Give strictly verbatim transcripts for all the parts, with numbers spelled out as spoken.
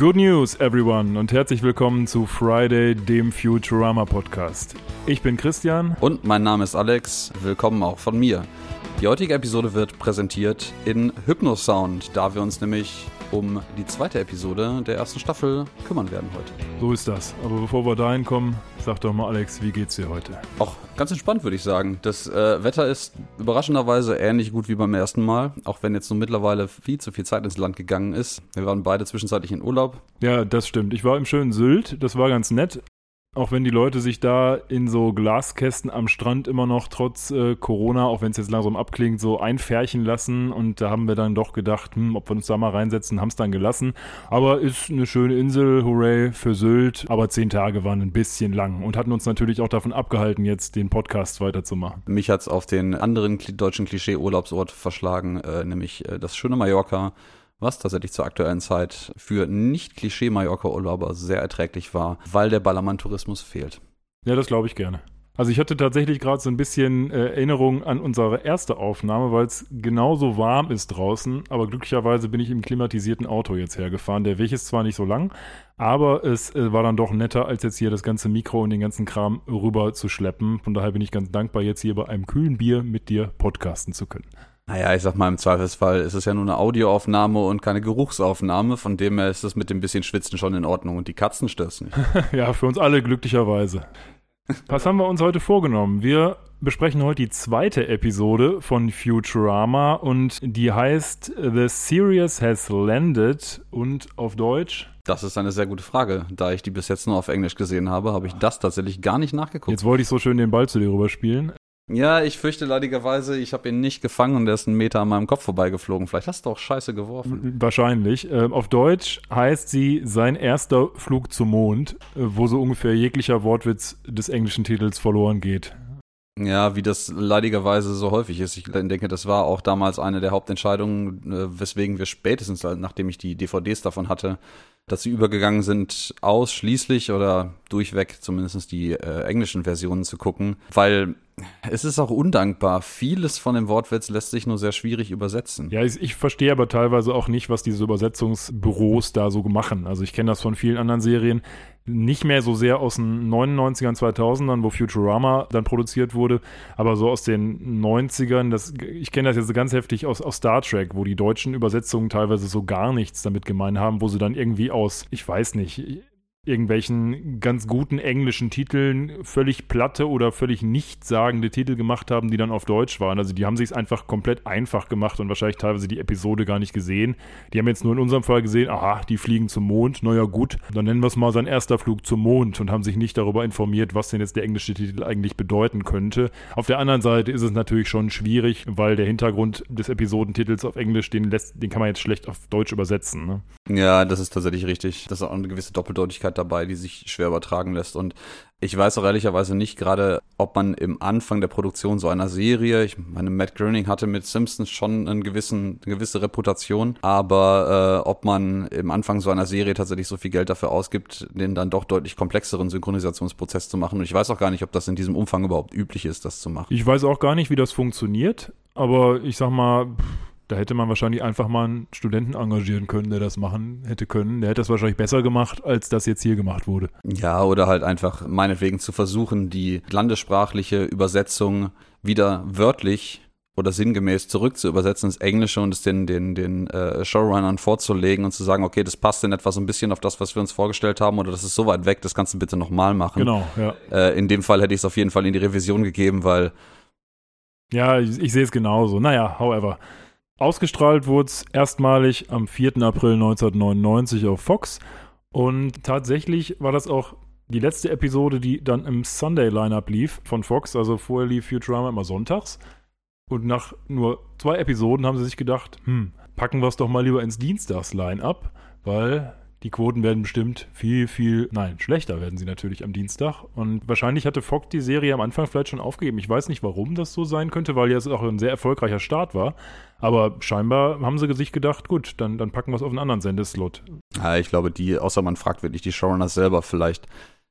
Good news, everyone, und herzlich willkommen zu Friday, dem Futurama-Podcast. Ich bin Christian. Und mein Name ist Alex. Willkommen auch von mir. Die heutige Episode wird präsentiert in Hypnosound, da wir uns nämlich um die zweite Episode der ersten Staffel kümmern werden heute. So ist das. Aber bevor wir dahin kommen, sag doch mal, Alex, wie geht's dir heute? Auch ganz entspannt, würde ich sagen. Das äh, Wetter ist überraschenderweise ähnlich gut wie beim ersten Mal, auch wenn jetzt so mittlerweile viel zu viel Zeit ins Land gegangen ist. Wir waren beide zwischenzeitlich in Urlaub. Ja, das stimmt. Ich war im schönen Sylt, das war ganz nett. Auch wenn die Leute sich da in so Glaskästen am Strand immer noch trotz äh, Corona, auch wenn es jetzt langsam abklingt, so einfärchen lassen. Und da haben wir dann doch gedacht, hm, ob wir uns da mal reinsetzen, haben es dann gelassen. Aber ist eine schöne Insel, hooray, für Sylt. Aber zehn Tage waren ein bisschen lang und hatten uns natürlich auch davon abgehalten, jetzt den Podcast weiterzumachen. Mich hat es auf den anderen deutschen Klischee-Urlaubsort verschlagen, äh, nämlich äh, das schöne Mallorca, was tatsächlich zur aktuellen Zeit für Nicht-Klischee-Mallorca-Urlauber sehr erträglich war, weil der Ballermann-Tourismus fehlt. Ja, das glaube ich gerne. Also ich hatte tatsächlich gerade so ein bisschen äh, Erinnerung an unsere erste Aufnahme, weil es genauso warm ist draußen, aber glücklicherweise bin ich im klimatisierten Auto jetzt hergefahren. Der Weg ist zwar nicht so lang, aber es äh, war dann doch netter, als jetzt hier das ganze Mikro und den ganzen Kram rüber zu schleppen. Von daher bin ich ganz dankbar, jetzt hier bei einem kühlen Bier mit dir podcasten zu können. Naja, ich sag mal, im Zweifelsfall ist es ja nur eine Audioaufnahme und keine Geruchsaufnahme, von dem her ist es mit dem bisschen Schwitzen schon in Ordnung und die Katzen stößen. Ja, für uns alle glücklicherweise. Was haben wir uns heute vorgenommen? Wir besprechen heute die zweite Episode von Futurama und die heißt The Series Has Landed und auf Deutsch... Das ist eine sehr gute Frage. Da ich die bis jetzt nur auf Englisch gesehen habe, habe ich das tatsächlich gar nicht nachgeguckt. Jetzt wollte ich so schön den Ball zu dir rüberspielen. Ja, ich fürchte leidigerweise, ich habe ihn nicht gefangen und der ist einen Meter an meinem Kopf vorbeigeflogen. Vielleicht hast du auch scheiße geworfen. Wahrscheinlich. Äh, auf Deutsch heißt sie sein erster Flug zum Mond, äh, wo so ungefähr jeglicher Wortwitz des englischen Titels verloren geht. Ja, wie das leidigerweise so häufig ist. Ich denke, das war auch damals eine der Hauptentscheidungen, äh, weswegen wir spätestens, nachdem ich die D V Ds davon hatte, dass sie übergegangen sind, ausschließlich oder durchweg zumindest die äh, englischen Versionen zu gucken, weil es ist auch undankbar. Vieles von dem Wortwitz lässt sich nur sehr schwierig übersetzen. Ja, ich, ich verstehe aber teilweise auch nicht, was diese Übersetzungsbüros da so machen. Also ich kenne das von vielen anderen Serien. Nicht mehr so sehr aus den neunundneunzigern, zweitausendern, wo Futurama dann produziert wurde, aber so aus den neunzigern, das, ich kenne das jetzt ganz heftig aus, aus Star Trek, wo die deutschen Übersetzungen teilweise so gar nichts damit gemein haben, wo sie dann irgendwie aus, ich weiß nicht, irgendwelchen ganz guten englischen Titeln völlig platte oder völlig nichtssagende Titel gemacht haben, die dann auf Deutsch waren. Also die haben sich es einfach komplett einfach gemacht und wahrscheinlich teilweise die Episode gar nicht gesehen. Die haben jetzt nur in unserem Fall gesehen, aha, die fliegen zum Mond, naja gut, dann nennen wir es mal sein erster Flug zum Mond und haben sich nicht darüber informiert, was denn jetzt der englische Titel eigentlich bedeuten könnte. Auf der anderen Seite ist es natürlich schon schwierig, weil der Hintergrund des Episodentitels auf Englisch, den lässt, den kann man jetzt schlecht auf Deutsch übersetzen, ne? Ja, das ist tatsächlich richtig. Das ist auch eine gewisse Doppeldeutigkeit dabei, die sich schwer übertragen lässt. Und ich weiß auch ehrlicherweise nicht gerade, ob man im Anfang der Produktion so einer Serie, ich meine, Matt Groening hatte mit Simpsons schon einen gewissen, eine gewisse Reputation, aber äh, ob man im Anfang so einer Serie tatsächlich so viel Geld dafür ausgibt, den dann doch deutlich komplexeren Synchronisationsprozess zu machen. Und ich weiß auch gar nicht, ob das in diesem Umfang überhaupt üblich ist, das zu machen. Ich weiß auch gar nicht, wie das funktioniert, aber ich sag mal... Da hätte man wahrscheinlich einfach mal einen Studenten engagieren können, der das machen hätte können. Der hätte das wahrscheinlich besser gemacht, als das jetzt hier gemacht wurde. Ja, oder halt einfach meinetwegen zu versuchen, die landessprachliche Übersetzung wieder wörtlich oder sinngemäß zurück zu übersetzen ins Englische und es den, den, den äh, Showrunnern vorzulegen und zu sagen, okay, das passt in etwa so ein bisschen auf das, was wir uns vorgestellt haben oder das ist so weit weg, das kannst du bitte nochmal machen. Genau, ja. Äh, in dem Fall hätte ich es auf jeden Fall in die Revision gegeben, weil... Ja, ich, ich sehe es genauso. Naja, however... Ausgestrahlt wurde es erstmalig am vierten April neunzehnhundertneunundneunzig auf Fox und tatsächlich war das auch die letzte Episode, die dann im Sunday-Lineup lief von Fox, also vorher lief Futurama immer sonntags und nach nur zwei Episoden haben sie sich gedacht, hm, packen wir es doch mal lieber ins Dienstags-Line-Up, weil die Quoten werden bestimmt viel, viel, nein, schlechter werden sie natürlich am Dienstag. Und wahrscheinlich hatte Fox die Serie am Anfang vielleicht schon aufgegeben. Ich weiß nicht, warum das so sein könnte, weil ja es auch ein sehr erfolgreicher Start war. Aber scheinbar haben sie sich gedacht, gut, dann, dann packen wir es auf einen anderen Sendeslot. Ja, ich glaube, die, außer man fragt wirklich die Showrunners selber vielleicht,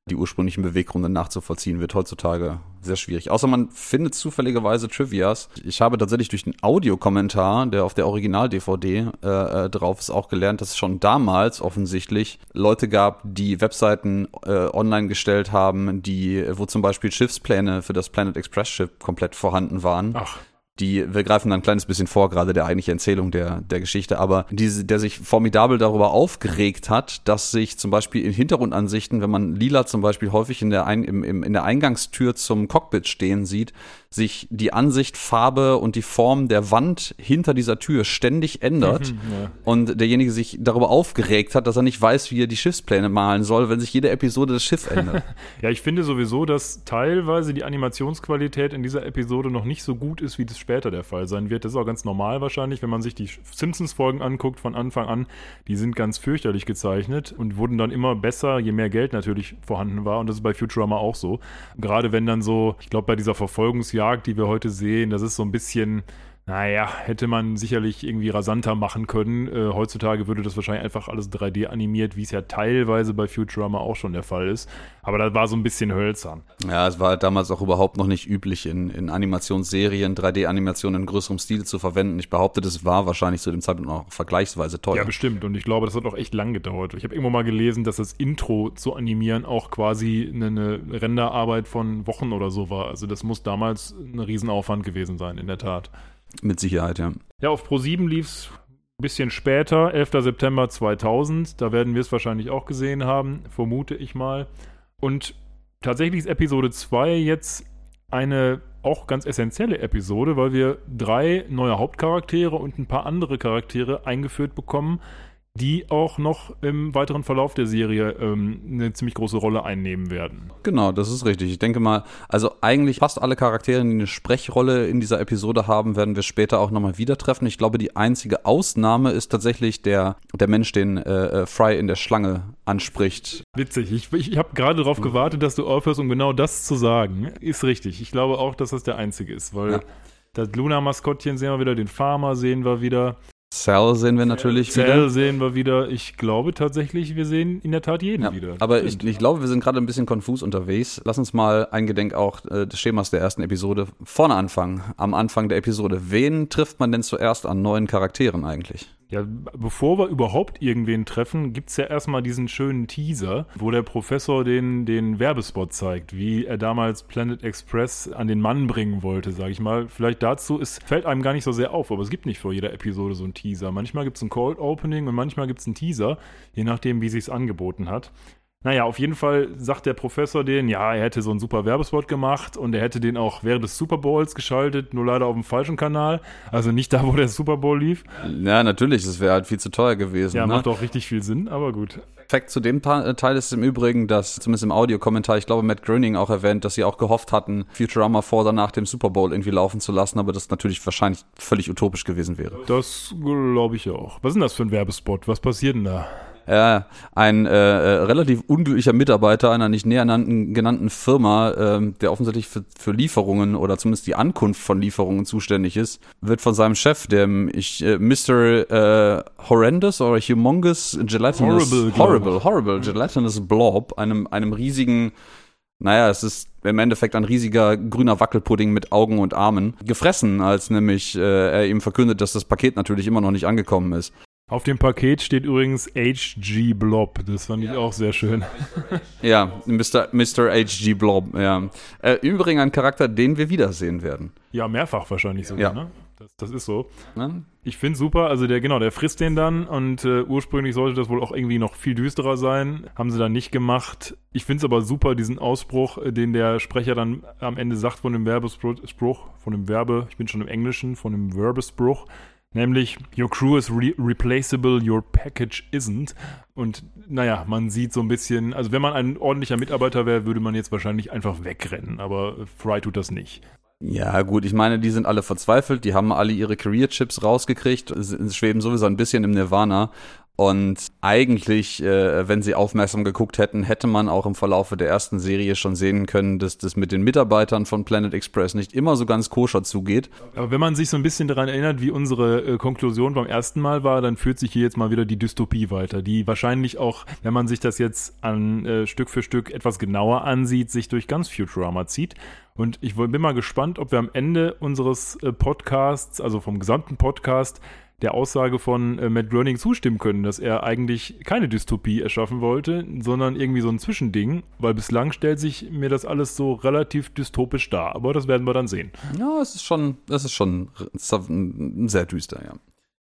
die ursprünglichen Beweggründe nachzuvollziehen, wird heutzutage sehr schwierig. Außer man findet zufälligerweise Trivias. Ich habe tatsächlich durch den Audiokommentar, der auf der Original-D V D äh, drauf ist, auch gelernt, dass es schon damals offensichtlich Leute gab, die Webseiten äh, online gestellt haben, die, wo zum Beispiel Schiffspläne für das Planet Express Schiff komplett vorhanden waren. Ach. Die, wir greifen da ein kleines bisschen vor, gerade der eigentlichen Erzählung der, der Geschichte, aber diese, der sich formidabel darüber aufgeregt hat, dass sich zum Beispiel in Hintergrundansichten, wenn man Lila zum Beispiel häufig in der, Ein, im, im, in der Eingangstür zum Cockpit stehen sieht, sich die Ansicht, Farbe und die Form der Wand hinter dieser Tür ständig ändert ja. und derjenige sich darüber aufgeregt hat, dass er nicht weiß, wie er die Schiffspläne malen soll, wenn sich jede Episode das Schiff ändert. Ja, ich finde sowieso, dass teilweise die Animationsqualität in dieser Episode noch nicht so gut ist, wie das später der Fall sein wird. Das ist auch ganz normal wahrscheinlich, wenn man sich die Simpsons-Folgen anguckt von Anfang an. Die sind ganz fürchterlich gezeichnet und wurden dann immer besser, je mehr Geld natürlich vorhanden war. Und das ist bei Futurama auch so. Gerade wenn dann so, ich glaube bei dieser Verfolgungsjagd, die wir heute sehen, das ist so ein bisschen, naja, hätte man sicherlich irgendwie rasanter machen können. Äh, heutzutage würde das wahrscheinlich einfach alles drei D animiert, wie es ja teilweise bei Futurama auch schon der Fall ist. Aber das war so ein bisschen hölzern. Ja, es war damals auch überhaupt noch nicht üblich, in, in Animationsserien drei D-Animationen in größerem Stil zu verwenden. Ich behaupte, das war wahrscheinlich zu dem Zeitpunkt noch vergleichsweise teuer. Ja, bestimmt. Und ich glaube, das hat auch echt lang gedauert. Ich habe irgendwo mal gelesen, dass das Intro zu animieren auch quasi eine, eine Renderarbeit von Wochen oder so war. Also das muss damals ein Riesenaufwand gewesen sein, in der Tat. Mit Sicherheit, ja. Ja, auf ProSieben lief es ein bisschen später, elfter September zweitausend. Da werden wir es wahrscheinlich auch gesehen haben, vermute ich mal. Und tatsächlich ist Episode zwei jetzt eine auch ganz essentielle Episode, weil wir drei neue Hauptcharaktere und ein paar andere Charaktere eingeführt bekommen, die auch noch im weiteren Verlauf der Serie ähm, eine ziemlich große Rolle einnehmen werden. Genau, das ist richtig. Ich denke mal, also eigentlich fast alle Charaktere, die eine Sprechrolle in dieser Episode haben, werden wir später auch nochmal wieder treffen. Ich glaube, die einzige Ausnahme ist tatsächlich der, der Mensch, den äh, Fry in der Schlange anspricht. Witzig. Ich, ich, ich habe gerade darauf gewartet, dass du aufhörst, um genau das zu sagen. Ist richtig. Ich glaube auch, dass das der einzige ist, weil ja. Das Luna-Maskottchen sehen wir wieder, den Farmer sehen wir wieder. Cell sehen wir natürlich Cell wieder. Cell sehen wir wieder. Ich glaube tatsächlich, wir sehen in der Tat jeden ja, wieder. Aber ich, ich glaube, wir sind gerade ein bisschen konfus unterwegs. Lass uns mal eingedenk auch äh, des Schemas der ersten Episode vorne anfangen. Am Anfang der Episode. Wen trifft man denn zuerst an neuen Charakteren eigentlich? Ja, bevor wir überhaupt irgendwen treffen, gibt's ja erstmal diesen schönen Teaser, wo der Professor den, den Werbespot zeigt, wie er damals Planet Express an den Mann bringen wollte, sag ich mal. Vielleicht dazu, es fällt einem gar nicht so sehr auf, aber es gibt nicht vor jeder Episode so einen Teaser. Manchmal gibt's ein Cold Opening und manchmal gibt's einen Teaser, je nachdem, wie sich's angeboten hat. Naja, auf jeden Fall sagt der Professor denen, ja, er hätte so einen super Werbespot gemacht und er hätte den auch während des Super Bowls geschaltet, nur leider auf dem falschen Kanal, also nicht da, wo der Super Bowl lief. Ja, natürlich, das wäre halt viel zu teuer gewesen. Ja, ne? Macht auch richtig viel Sinn, aber gut. Fakt zu dem Teil ist im Übrigen, dass zumindest im Audiokommentar, ich glaube, Matt Groening auch erwähnt, dass sie auch gehofft hatten, Futurama vor oder nach dem Super Bowl irgendwie laufen zu lassen, aber das natürlich wahrscheinlich völlig utopisch gewesen wäre. Das glaube ich auch. Was ist denn das für ein Werbespot? Was passiert denn da? Ja, ein äh, relativ unglücklicher Mitarbeiter einer nicht näher nannten, genannten Firma, ähm, der offensichtlich für, für Lieferungen oder zumindest die Ankunft von Lieferungen zuständig ist, wird von seinem Chef, dem ich äh, Mister Äh, Horrendous oder Humongous Gelatinous Horrible, Horrible, horrible Gelatinous Blob, einem, einem riesigen, naja, es ist im Endeffekt ein riesiger grüner Wackelpudding mit Augen und Armen, gefressen, als nämlich äh, er ihm verkündet, dass das Paket natürlich immer noch nicht angekommen ist. Auf dem Paket steht übrigens H G Blob. Das fand ich ja. auch sehr schön. Ja, Mister Mister H G Blob, ja. Äh, übrigens ein Charakter, den wir wiedersehen werden. Ja, mehrfach wahrscheinlich sogar, ja. ne? Das, das ist so. Ja. Ich finde super, also der, genau, der frisst den dann und äh, ursprünglich sollte das wohl auch irgendwie noch viel düsterer sein. Haben sie dann nicht gemacht. Ich finde es aber super, diesen Ausbruch, den der Sprecher dann am Ende sagt von dem Werbespruch, von dem Verbe, ich bin schon im Englischen, von dem Werbespruch. Nämlich, your crew is re- replaceable, your package isn't. Und naja, man sieht so ein bisschen, also wenn man ein ordentlicher Mitarbeiter wäre, würde man jetzt wahrscheinlich einfach wegrennen, aber Fry tut das nicht. Ja gut, ich meine, die sind alle verzweifelt, die haben alle ihre Career-Chips rausgekriegt, schweben sowieso ein bisschen im Nirvana Und eigentlich, äh, wenn sie aufmerksam geguckt hätten, hätte man auch im Verlaufe der ersten Serie schon sehen können, dass das mit den Mitarbeitern von Planet Express nicht immer so ganz koscher zugeht. Aber wenn man sich so ein bisschen daran erinnert, wie unsere äh, Konklusion beim ersten Mal war, dann führt sich hier jetzt mal wieder die Dystopie weiter, die wahrscheinlich auch, wenn man sich das jetzt an äh, Stück für Stück etwas genauer ansieht, sich durch ganz Futurama zieht. Und ich bin mal gespannt, ob wir am Ende unseres äh, Podcasts, also vom gesamten Podcast, der Aussage von äh, Matt Groening zustimmen können, dass er eigentlich keine Dystopie erschaffen wollte, sondern irgendwie so ein Zwischending, weil bislang stellt sich mir das alles so relativ dystopisch dar. Aber das werden wir dann sehen. Ja, es ist schon, das ist schon sehr düster, ja.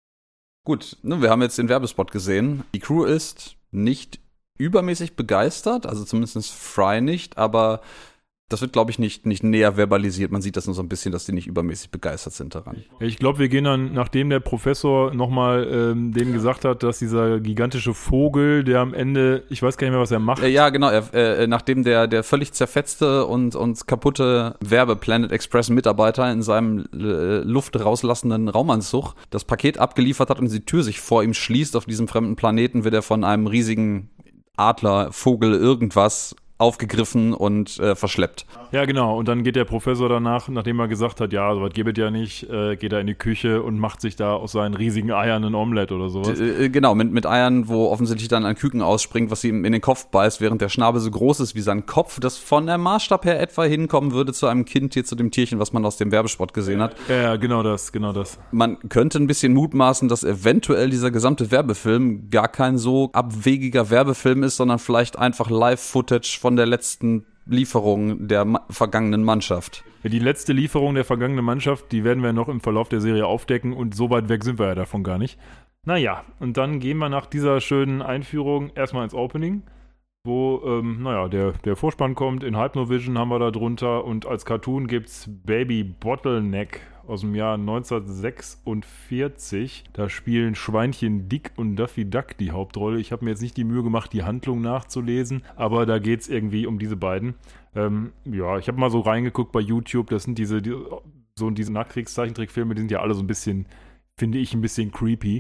Gut, ne, wir haben jetzt den Werbespot gesehen. Die Crew ist nicht übermäßig begeistert, also zumindest Fry nicht, aber das wird, glaube ich, nicht, nicht näher verbalisiert. Man sieht das nur so ein bisschen, dass die nicht übermäßig begeistert sind daran. Ich glaube, wir gehen dann, nachdem der Professor nochmal ähm, denen gesagt hat, dass dieser gigantische Vogel, der am Ende, ich weiß gar nicht mehr, was er macht. Äh, ja, genau. Er, äh, nachdem der, der völlig zerfetzte und, und kaputte Werbe-Planet Express-Mitarbeiter in seinem äh, Luft rauslassenden Raumanzug das Paket abgeliefert hat und die Tür sich vor ihm schließt auf diesem fremden Planeten, wird er von einem riesigen Adler, Vogel, irgendwas aufgegriffen und äh, verschleppt. Ja, genau. Und dann geht der Professor danach, nachdem er gesagt hat, ja, sowas gibt es ja nicht, äh, geht er in die Küche und macht sich da aus seinen riesigen Eiern ein Omelett oder sowas. Äh, genau, mit, mit Eiern, wo offensichtlich dann ein Küken ausspringt, was ihm in den Kopf beißt, während der Schnabel so groß ist wie sein Kopf, das von der Maßstab her etwa hinkommen würde zu einem Kind hier, zu dem Tierchen, was man aus dem Werbespot gesehen hat. Ja, ja, genau das, genau das. Man könnte ein bisschen mutmaßen, dass eventuell dieser gesamte Werbefilm gar kein so abwegiger Werbefilm ist, sondern vielleicht einfach Live-Footage von der letzten Lieferung der ma- vergangenen Mannschaft. Ja, die letzte Lieferung der vergangenen Mannschaft, die werden wir noch im Verlauf der Serie aufdecken und so weit weg sind wir ja davon gar nicht. Naja, und dann gehen wir nach dieser schönen Einführung erstmal ins Opening, wo, ähm, naja, der, der Vorspann kommt, in Hypnovision haben wir da drunter und als Cartoon gibt's Baby Bottleneck aus dem Jahr neunzehnhundertsechsundvierzig. Da spielen Schweinchen Dick und Daffy Duck die Hauptrolle. Ich habe mir jetzt nicht die Mühe gemacht, die Handlung nachzulesen, aber da geht's irgendwie um diese beiden. Ähm, ja, ich habe mal so reingeguckt bei YouTube, das sind diese, die, so diese Nachkriegszeichentrickfilme, die sind ja alle so ein bisschen, finde ich, ein bisschen creepy.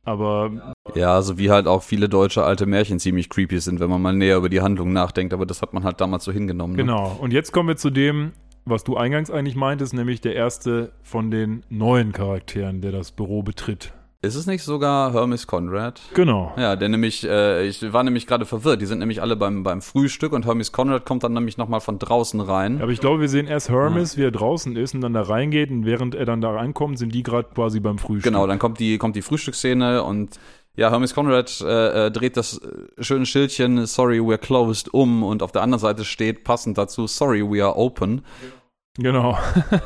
Aber ja, so wie halt auch viele deutsche alte Märchen ziemlich creepy sind, wenn man mal näher über die Handlung nachdenkt, aber das hat man halt damals so hingenommen. Ne? Genau, und jetzt kommen wir zu dem, was du eingangs eigentlich meintest, nämlich der erste von den neuen Charakteren, der das Büro betritt. Ist es nicht sogar Hermes Conrad? Genau. Ja, der nämlich, äh, ich war nämlich gerade verwirrt, die sind nämlich alle beim, beim Frühstück und Hermes Conrad kommt dann nämlich nochmal von draußen rein. Aber ich glaube, wir sehen erst Hermes, ja, wie er draußen ist und dann da reingeht und während er dann da reinkommt, sind die gerade quasi beim Frühstück. Genau, dann kommt die, kommt die Frühstücksszene und ja, Hermes Conrad äh, dreht das schöne Schildchen Sorry, we're closed um und auf der anderen Seite steht passend dazu Sorry, we are open. Genau.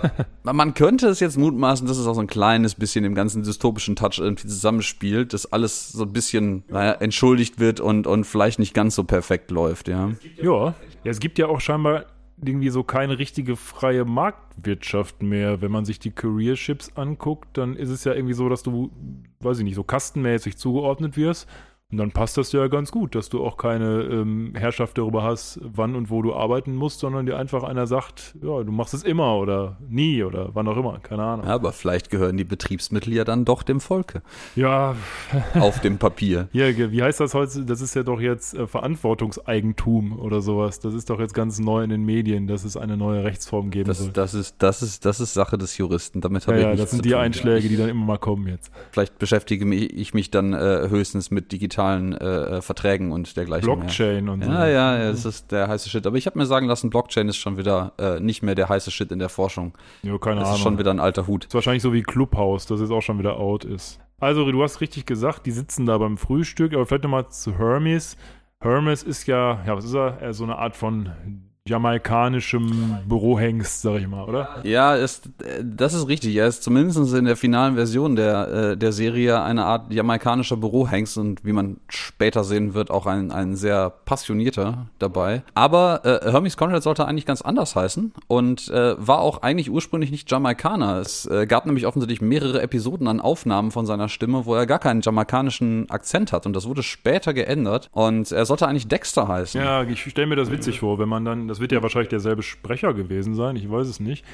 Man könnte es jetzt mutmaßen, dass es auch so ein kleines bisschen dem ganzen dystopischen Touch irgendwie zusammenspielt, dass alles so ein bisschen, naja, entschuldigt wird und, und vielleicht nicht ganz so perfekt läuft, ja. Ja, ja, es gibt ja auch scheinbar irgendwie so keine richtige freie Marktwirtschaft mehr. Wenn man sich die Careerships anguckt, dann ist es ja irgendwie so, dass du, weiß ich nicht, so kastenmäßig zugeordnet wirst. Und dann passt das ja ganz gut, dass du auch keine ähm, Herrschaft darüber hast, wann und wo du arbeiten musst, sondern dir einfach einer sagt, ja, du machst es immer oder nie oder wann auch immer, keine Ahnung. Ja, aber vielleicht gehören die Betriebsmittel ja dann doch dem Volke. Ja. Auf dem Papier. Ja, wie heißt das heute? Das ist ja doch jetzt äh, Verantwortungseigentum oder sowas. Das ist doch jetzt ganz neu in den Medien, dass es eine neue Rechtsform geben das, soll. Das ist, das, ist, das ist Sache des Juristen. Damit habe ja, ich ja, nichts das sind zu die tun. Einschläge, die dann immer mal kommen jetzt. Vielleicht beschäftige mich, ich mich dann äh, höchstens mit digitalen äh, Verträgen und dergleichen Blockchain mehr. und so. Ja, ja, ja, das ist der heiße Shit. Aber ich habe mir sagen lassen, Blockchain ist schon wieder äh, nicht mehr der heiße Shit in der Forschung. Jo, keine das Ahnung. ist schon wieder ein alter Hut. Das ist wahrscheinlich so wie Clubhouse, das jetzt auch schon wieder out ist. Also, du hast richtig gesagt, die sitzen da beim Frühstück, aber vielleicht nochmal zu Hermes. Hermes ist ja, ja, was ist er? Er ist so eine Art von jamaikanischem Bürohengst, sag ich mal, oder? Ja, ist, das ist richtig. Er ist zumindest in der finalen Version der, der Serie eine Art jamaikanischer Bürohengst und wie man später sehen wird, auch ein, ein sehr passionierter dabei. Aber äh, Hermes Conrad sollte eigentlich ganz anders heißen und äh, war auch eigentlich ursprünglich nicht Jamaikaner. Es äh, gab nämlich offensichtlich mehrere Episoden an Aufnahmen von seiner Stimme, wo er gar keinen jamaikanischen Akzent hat und das wurde später geändert und er sollte eigentlich Dexter heißen. Ja, ich stelle mir das witzig vor, wenn man dann, das wird ja wahrscheinlich derselbe Sprecher gewesen sein, ich weiß es nicht.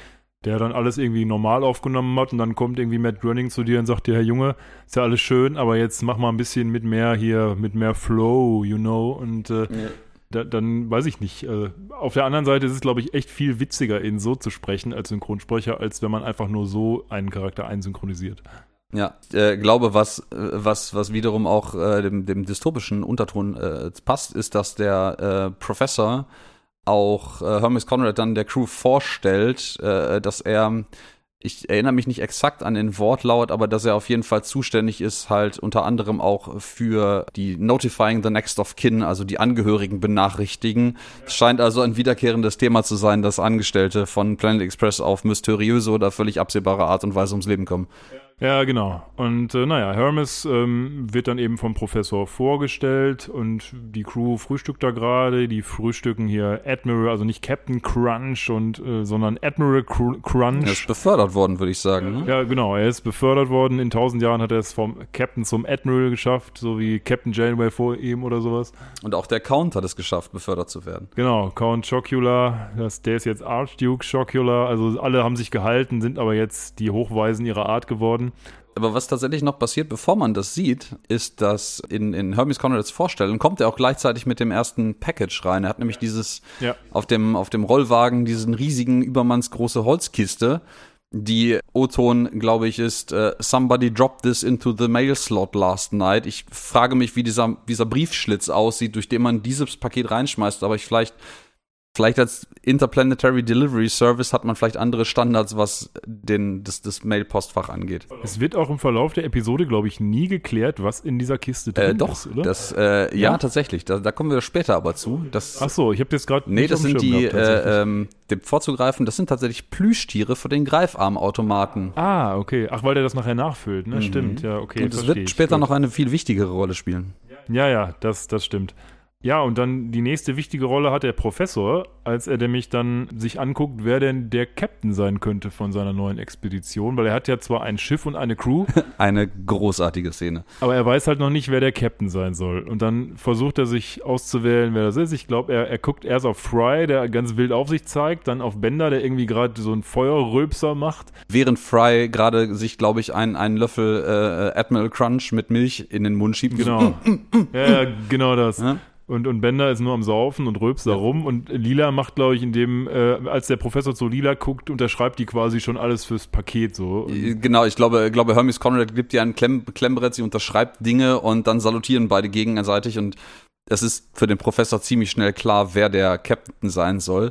der dann alles irgendwie normal aufgenommen hat und dann kommt irgendwie Matt Groening zu dir und sagt dir, Herr Junge, ist ja alles schön, aber jetzt mach mal ein bisschen mit mehr hier, mit mehr Flow, you know, und äh, ja. da, dann weiß ich nicht. Äh, auf der anderen Seite ist es, glaube ich, echt viel witziger, ihn so zu sprechen als Synchronsprecher, als wenn man einfach nur so einen Charakter einsynchronisiert. Ja, ich äh, glaube, was, was, was wiederum auch äh, dem, dem dystopischen Unterton äh, passt, ist, dass der äh, Professor auch äh, Hermes Conrad dann der Crew vorstellt, äh, dass er, ich erinnere mich nicht exakt an den Wortlaut, aber dass er auf jeden Fall zuständig ist, halt unter anderem auch für die Notifying the Next of Kin, also die Angehörigen benachrichtigen. Es scheint also ein wiederkehrendes Thema zu sein, dass Angestellte von Planet Express auf mysteriöse oder völlig absehbare Art und Weise ums Leben kommen. Ja, genau. Und äh, naja, Hermes ähm, wird dann eben vom Professor vorgestellt und die Crew frühstückt da gerade. Die frühstücken hier Admiral, also nicht Captain Crunch, und, äh, sondern Admiral Cr- Crunch. Er ist befördert worden, würde ich sagen. Ne? Ja, genau. Er ist befördert worden. In tausend Jahren hat er es vom Captain zum Admiral geschafft, so wie Captain Janeway vor ihm oder sowas. Und auch der Count hat es geschafft, befördert zu werden. Genau, Count Chocula, das, der ist jetzt Archduke Chocula. Also alle haben sich gehalten, sind aber jetzt die Hochweisen ihrer Art geworden. Aber was tatsächlich noch passiert, bevor man das sieht, ist, dass in, in Hermes Conrads Vorstellung kommt er auch gleichzeitig mit dem ersten Package rein. Er hat nämlich dieses, ja. auf dem, auf dem Rollwagen diesen riesigen, übermannsgroße Holzkiste, die O-Ton, glaube ich, ist uh, Somebody dropped this into the mail slot last night. Ich frage mich, wie dieser, dieser Briefschlitz aussieht, durch den man dieses Paket reinschmeißt, aber ich vielleicht Vielleicht als Interplanetary Delivery Service hat man vielleicht andere Standards, was den, das, das Mail-Postfach angeht. Es wird auch im Verlauf der Episode, glaube ich, nie geklärt, was in dieser Kiste drin äh, doch, ist, oder? Das, äh, ja? ja, tatsächlich. Da, da kommen wir später aber zu. Das, Ach so, ich habe das gerade Nee, nicht das auf dem sind die, Schirm gehabt, äh, ähm, dem vorzugreifen, das sind tatsächlich Plüschtiere für den Greifarmautomaten. Ah, okay. Ach, weil der das nachher nachfüllt, ne? Mhm. Stimmt, ja, okay. Und es wird später Gut. noch eine viel wichtigere Rolle spielen. Ja, ja, das, das stimmt. Ja, und dann die nächste wichtige Rolle hat der Professor, als er nämlich dann sich anguckt, wer denn der Captain sein könnte von seiner neuen Expedition, weil er hat ja zwar ein Schiff und eine Crew. Eine großartige Szene. Aber er weiß halt noch nicht, wer der Captain sein soll. Und dann versucht er sich auszuwählen, wer das ist. Ich glaube, er, er guckt erst auf Fry, der ganz wild auf sich zeigt, dann auf Bender, der irgendwie gerade so einen Feuerrülpser macht. Während Fry gerade sich, glaube ich, einen, einen Löffel äh, Admiral Crunch mit Milch in den Mund schiebt. Genau. So, mm, mm, mm. Ja, genau das. Ja? Und, und Bender ist nur am Saufen und rülpst da Ja. rum. Und Lila macht, glaube ich, in dem, äh, als der Professor zu Lila guckt, unterschreibt die quasi schon alles fürs Paket so. Und Genau, ich glaube, ich glaube, Hermes Conrad gibt ihr ein Klemm, Klemmbrett, sie unterschreibt Dinge und dann salutieren beide gegenseitig und es ist für den Professor ziemlich schnell klar, wer der Captain sein soll.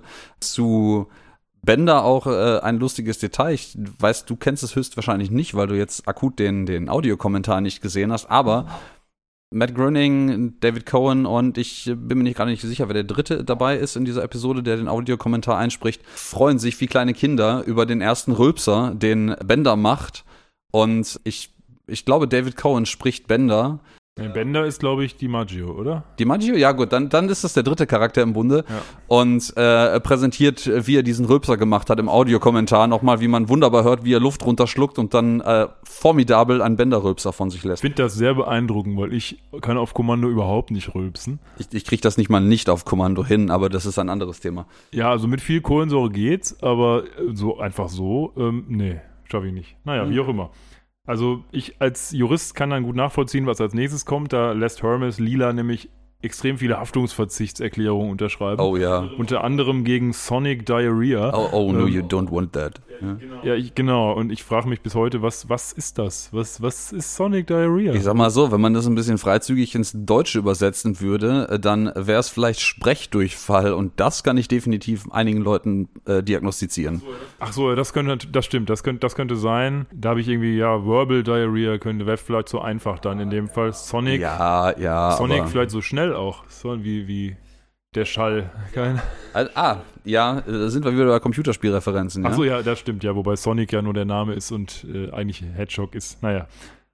Zu Bender auch äh, ein lustiges Detail. Ich weiß, du kennst es höchstwahrscheinlich nicht, weil du jetzt akut den, den Audiokommentar nicht gesehen hast, aber Matt Groening, David Cohen und ich bin mir nicht gerade nicht sicher, wer der Dritte dabei ist in dieser Episode, der den Audiokommentar einspricht, freuen sich wie kleine Kinder über den ersten Rülpser, den Bender macht. Und ich, ich glaube, David Cohen spricht Bender. ja, Bender ist, glaube ich, DiMaggio, oder? DiMaggio? Ja gut, dann, dann ist das der dritte Charakter im Bunde Ja. und äh, präsentiert, wie er diesen Rülpser gemacht hat im Audiokommentar nochmal, wie man wunderbar hört, wie er Luft runterschluckt und dann äh, formidabel einen Bender-Rülpser von sich Ich lässt. finde das sehr beeindruckend, weil ich kann auf Kommando überhaupt nicht rülpsen. Ich, ich krieg das nicht mal nicht auf Kommando hin, aber das ist ein anderes Thema. Ja, also mit viel Kohlensäure geht's, aber so einfach so, ähm, nee, schaffe ich nicht. Naja, Mhm. wie auch immer. Also ich als Jurist kann dann gut nachvollziehen, was als nächstes kommt. Da lässt Hermes Lila nämlich extrem viele Haftungsverzichtserklärungen unterschreiben. Oh ja. Unter anderem gegen Sonic Diarrhea. Oh, oh no, Ähm, you don't want that. Ja. Ja, ich, genau. Und ich frage mich bis heute, was, was ist das? Was, was ist Sonic Diarrhea? Ich sag mal so, wenn man das ein bisschen freizügig ins Deutsche übersetzen würde, äh, dann wäre es vielleicht Sprechdurchfall und das kann ich definitiv einigen Leuten äh, diagnostizieren. Ach so, das könnte, das stimmt, das könnte, das könnte sein. Da habe ich irgendwie, ja, Verbal Diarrhea könnte, wäre vielleicht so einfach dann in dem Fall. Sonic, Ja, ja. Sonic aber, vielleicht so schnell auch, so wie, wie der Schall. Kein Ah, ah, ja, da sind wir wieder bei Computerspielreferenzen. Ja? Ach so, ja, das stimmt, ja, wobei Sonic ja nur der Name ist und äh, eigentlich Hedgehog ist. Naja.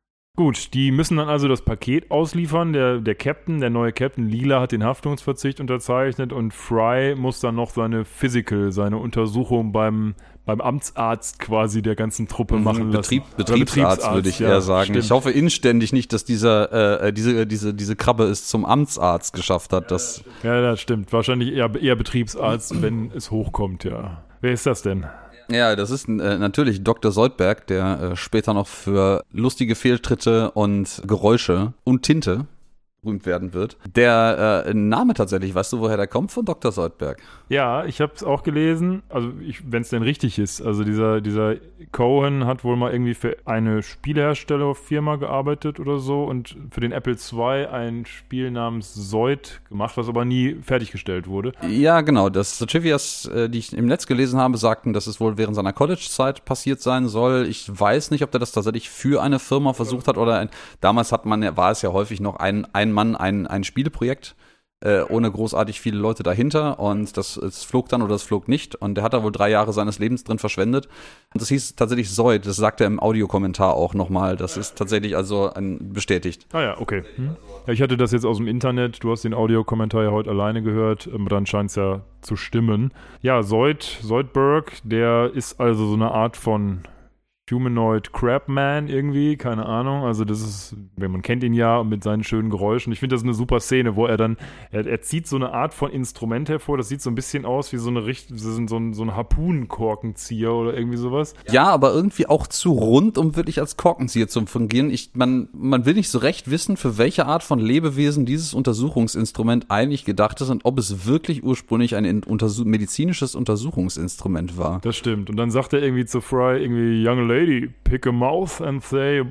Gut, die müssen dann also das Paket ausliefern. Der, der Captain, der neue Captain Lila hat den Haftungsverzicht unterzeichnet und Fry muss dann noch seine Physical, seine Untersuchung beim, beim Amtsarzt quasi der ganzen Truppe machen Betrieb, lassen. Betriebsarzt, würde ich ja, eher sagen. stimmt. Ich hoffe inständig nicht, dass dieser, äh, diese, diese, diese Krabbe es zum Amtsarzt geschafft hat. Das Ja, das stimmt. Wahrscheinlich eher, eher Betriebsarzt, wenn es hochkommt, ja. Wer ist das denn? Ja, das ist äh, natürlich Doktor Zoidberg, der äh, später noch für lustige Fehltritte und Geräusche und Tinte berühmt werden wird. Der äh, Name tatsächlich, weißt du, woher der kommt von Doktor Zoidberg? Ja, ich habe es auch gelesen, also wenn es denn richtig ist. Also dieser, dieser Cohen hat wohl mal irgendwie für eine Spieleherstellerfirma gearbeitet oder so und für den Apple zwei ein Spiel namens Zoid gemacht, was aber nie fertiggestellt wurde. Ja, genau. Das Trivias, äh, die ich im Netz gelesen habe, sagten, dass es wohl während seiner College-Zeit passiert sein soll. Ich weiß nicht, ob der das tatsächlich für eine Firma versucht hat oder ein, damals hat man, war es ja häufig noch ein, ein Mann, ein, ein Spieleprojekt. Äh, ohne großartig viele Leute dahinter und das, das flog dann oder das flog nicht und der hat da wohl drei Jahre seines Lebens drin verschwendet und das hieß tatsächlich Zoid, das sagt er im Audiokommentar auch nochmal, das ist tatsächlich also ein, bestätigt. Ah ja, okay. Hm. Ja, ich hatte das jetzt aus dem Internet, du hast den Audiokommentar ja heute alleine gehört, aber dann scheint es ja zu stimmen. Ja, Zoid, Zoidberg, der ist also so eine Art von Humanoid Crabman irgendwie, keine Ahnung, also das ist, man kennt ihn ja mit seinen schönen Geräuschen. Ich finde das eine super Szene, wo er dann, er, er zieht so eine Art von Instrument hervor, das sieht so ein bisschen aus wie so eine Richt, so ein, so ein Harpunenkorkenzieher oder irgendwie sowas. Ja, aber irgendwie auch zu rund, um wirklich als Korkenzieher zu fungieren. Ich, man, man will nicht so recht wissen, für welche Art von Lebewesen dieses Untersuchungsinstrument eigentlich gedacht ist und ob es wirklich ursprünglich ein Untersuch- medizinisches Untersuchungsinstrument war. Das stimmt. Und dann sagt er irgendwie zu Fry, irgendwie, young lady, pick a mouth and say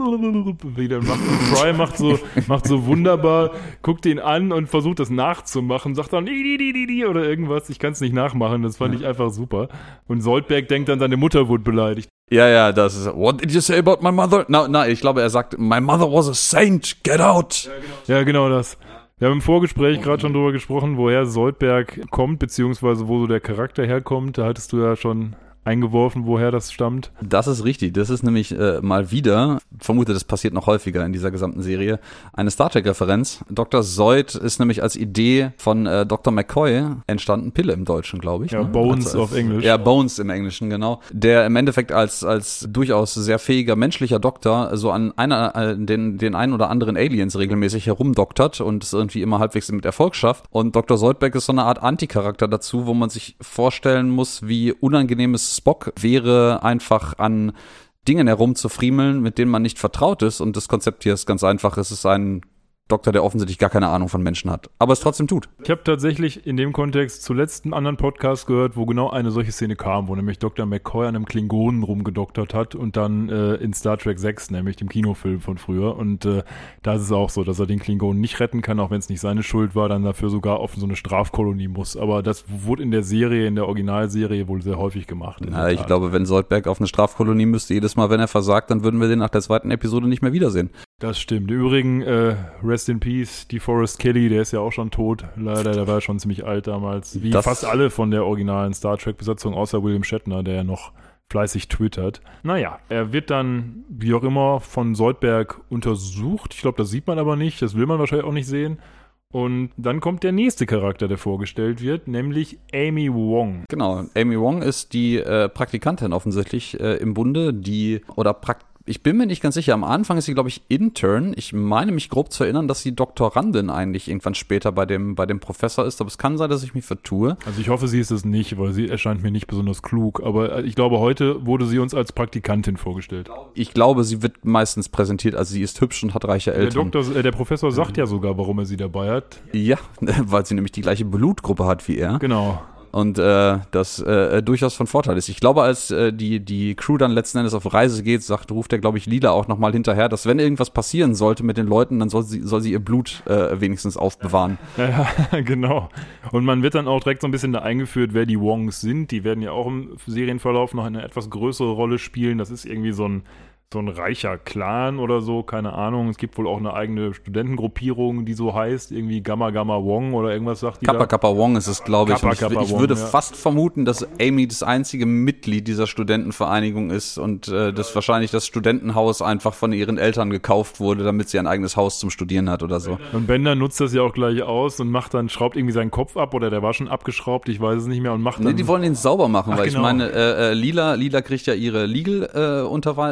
wieder macht Fry macht so macht so wunderbar, guckt ihn an und versucht das nachzumachen, sagt dann oder irgendwas, ich kann es nicht nachmachen, das fand ich einfach super. Und Zoidberg denkt dann, seine Mutter wurde beleidigt. Ja, ja, das ist, what did you say about my mother? Na, na, ich glaube, er sagt, my mother was a saint, get out. Ja, genau das. Wir haben im Vorgespräch gerade schon drüber gesprochen, woher Zoidberg kommt, beziehungsweise wo so der Charakter herkommt, da hattest du ja schon eingeworfen, woher das stammt. Das ist richtig. Das ist nämlich äh, mal wieder, vermute, das passiert noch häufiger in dieser gesamten Serie, eine Star Trek-Referenz. Doktor Zoid ist nämlich als Idee von äh, Doktor McCoy entstanden, Pille im Deutschen, glaube ich. Ja, ne? Bones als, als, auf Englisch. Ja, Bones im Englischen, genau. Der im Endeffekt als als durchaus sehr fähiger menschlicher Doktor so an einer äh, den den einen oder anderen Aliens regelmäßig herumdoktert und es irgendwie immer halbwegs mit Erfolg schafft. Und Doktor Zoidberg ist so eine Art Anticharakter dazu, wo man sich vorstellen muss, wie unangenehmes Spock wäre, einfach an Dingen herumzufriemeln, mit denen man nicht vertraut ist. Und das Konzept hier ist ganz einfach. Es ist ein Doktor, der offensichtlich gar keine Ahnung von Menschen hat, aber es trotzdem tut. Ich habe tatsächlich in dem Kontext zuletzt einen anderen Podcast gehört, wo genau eine solche Szene kam, wo nämlich Doktor McCoy an einem Klingonen rumgedoktert hat und dann äh, in Star Trek sechs, nämlich dem Kinofilm von früher. Und äh, da ist es auch so, dass er den Klingonen nicht retten kann, auch wenn es nicht seine Schuld war, dann dafür sogar auf so eine Strafkolonie muss. Aber das wurde in der Serie, in der Originalserie wohl sehr häufig gemacht. Ja, ich glaube, wenn Zoidberg auf eine Strafkolonie müsste, jedes Mal, wenn er versagt, dann würden wir den nach der zweiten Episode nicht mehr wiedersehen. Das stimmt. Im Übrigen, äh, Rest in Peace, DeForest Kelly, der ist ja auch schon tot. Leider, der war ja schon ziemlich alt damals. Wie das fast alle von der originalen Star Trek-Besatzung, außer William Shatner, der ja noch fleißig twittert. Naja, er wird dann, wie auch immer, von Zoidberg untersucht. Ich glaube, das sieht man aber nicht. Das will man wahrscheinlich auch nicht sehen. Und dann kommt der nächste Charakter, der vorgestellt wird, nämlich Amy Wong. Genau, Amy Wong ist die äh, Praktikantin offensichtlich äh, im Bunde, die, oder Praktikantin, ich bin mir nicht ganz sicher. Am Anfang ist sie, glaube ich, Intern. Ich meine mich grob zu erinnern, dass sie Doktorandin eigentlich irgendwann später bei dem, bei dem Professor ist. Aber es kann sein, dass ich mich vertue. Also ich hoffe, sie ist es nicht, weil sie erscheint mir nicht besonders klug. Aber ich glaube, heute wurde sie uns als Praktikantin vorgestellt. Ich glaube, sie wird meistens präsentiert, also sie ist hübsch und hat reiche Eltern. Der, Doktor, äh, der Professor sagt ja sogar, warum er sie dabei hat. Ja, weil sie nämlich die gleiche Blutgruppe hat wie er. Genau. Und äh, das äh, durchaus von Vorteil ist. Ich glaube, als äh, die die Crew dann letzten Endes auf Reise geht, sagt, ruft der, glaube ich, Lila auch nochmal hinterher, dass wenn irgendwas passieren sollte mit den Leuten, dann soll sie, soll sie ihr Blut äh, wenigstens aufbewahren. Ja, genau. Und man wird dann auch direkt so ein bisschen da eingeführt, wer die Wongs sind. Die werden ja auch im Serienverlauf noch eine etwas größere Rolle spielen. Das ist irgendwie so ein so ein reicher Clan oder so, keine Ahnung. Es gibt wohl auch eine eigene Studentengruppierung, die so heißt, irgendwie Gamma Gamma Wong oder irgendwas sagt die Kappa da. Kappa Wong ist es, glaube ich. Kappa, Und ich, Kappa ich Wong, würde ja. fast vermuten, dass Amy das einzige Mitglied dieser Studentenvereinigung ist und äh, dass wahrscheinlich das Studentenhaus einfach von ihren Eltern gekauft wurde, damit sie ein eigenes Haus zum Studieren hat oder so. Und Bender nutzt das ja auch gleich aus und macht dann, schraubt irgendwie seinen Kopf ab oder der war schon abgeschraubt, ich weiß es nicht mehr und macht dann... Nee, die wollen ihn sauber machen, Ach, weil genau. ich meine, äh, äh, Lila, Lila kriegt ja ihre Legal äh, Unterweisung, also ihre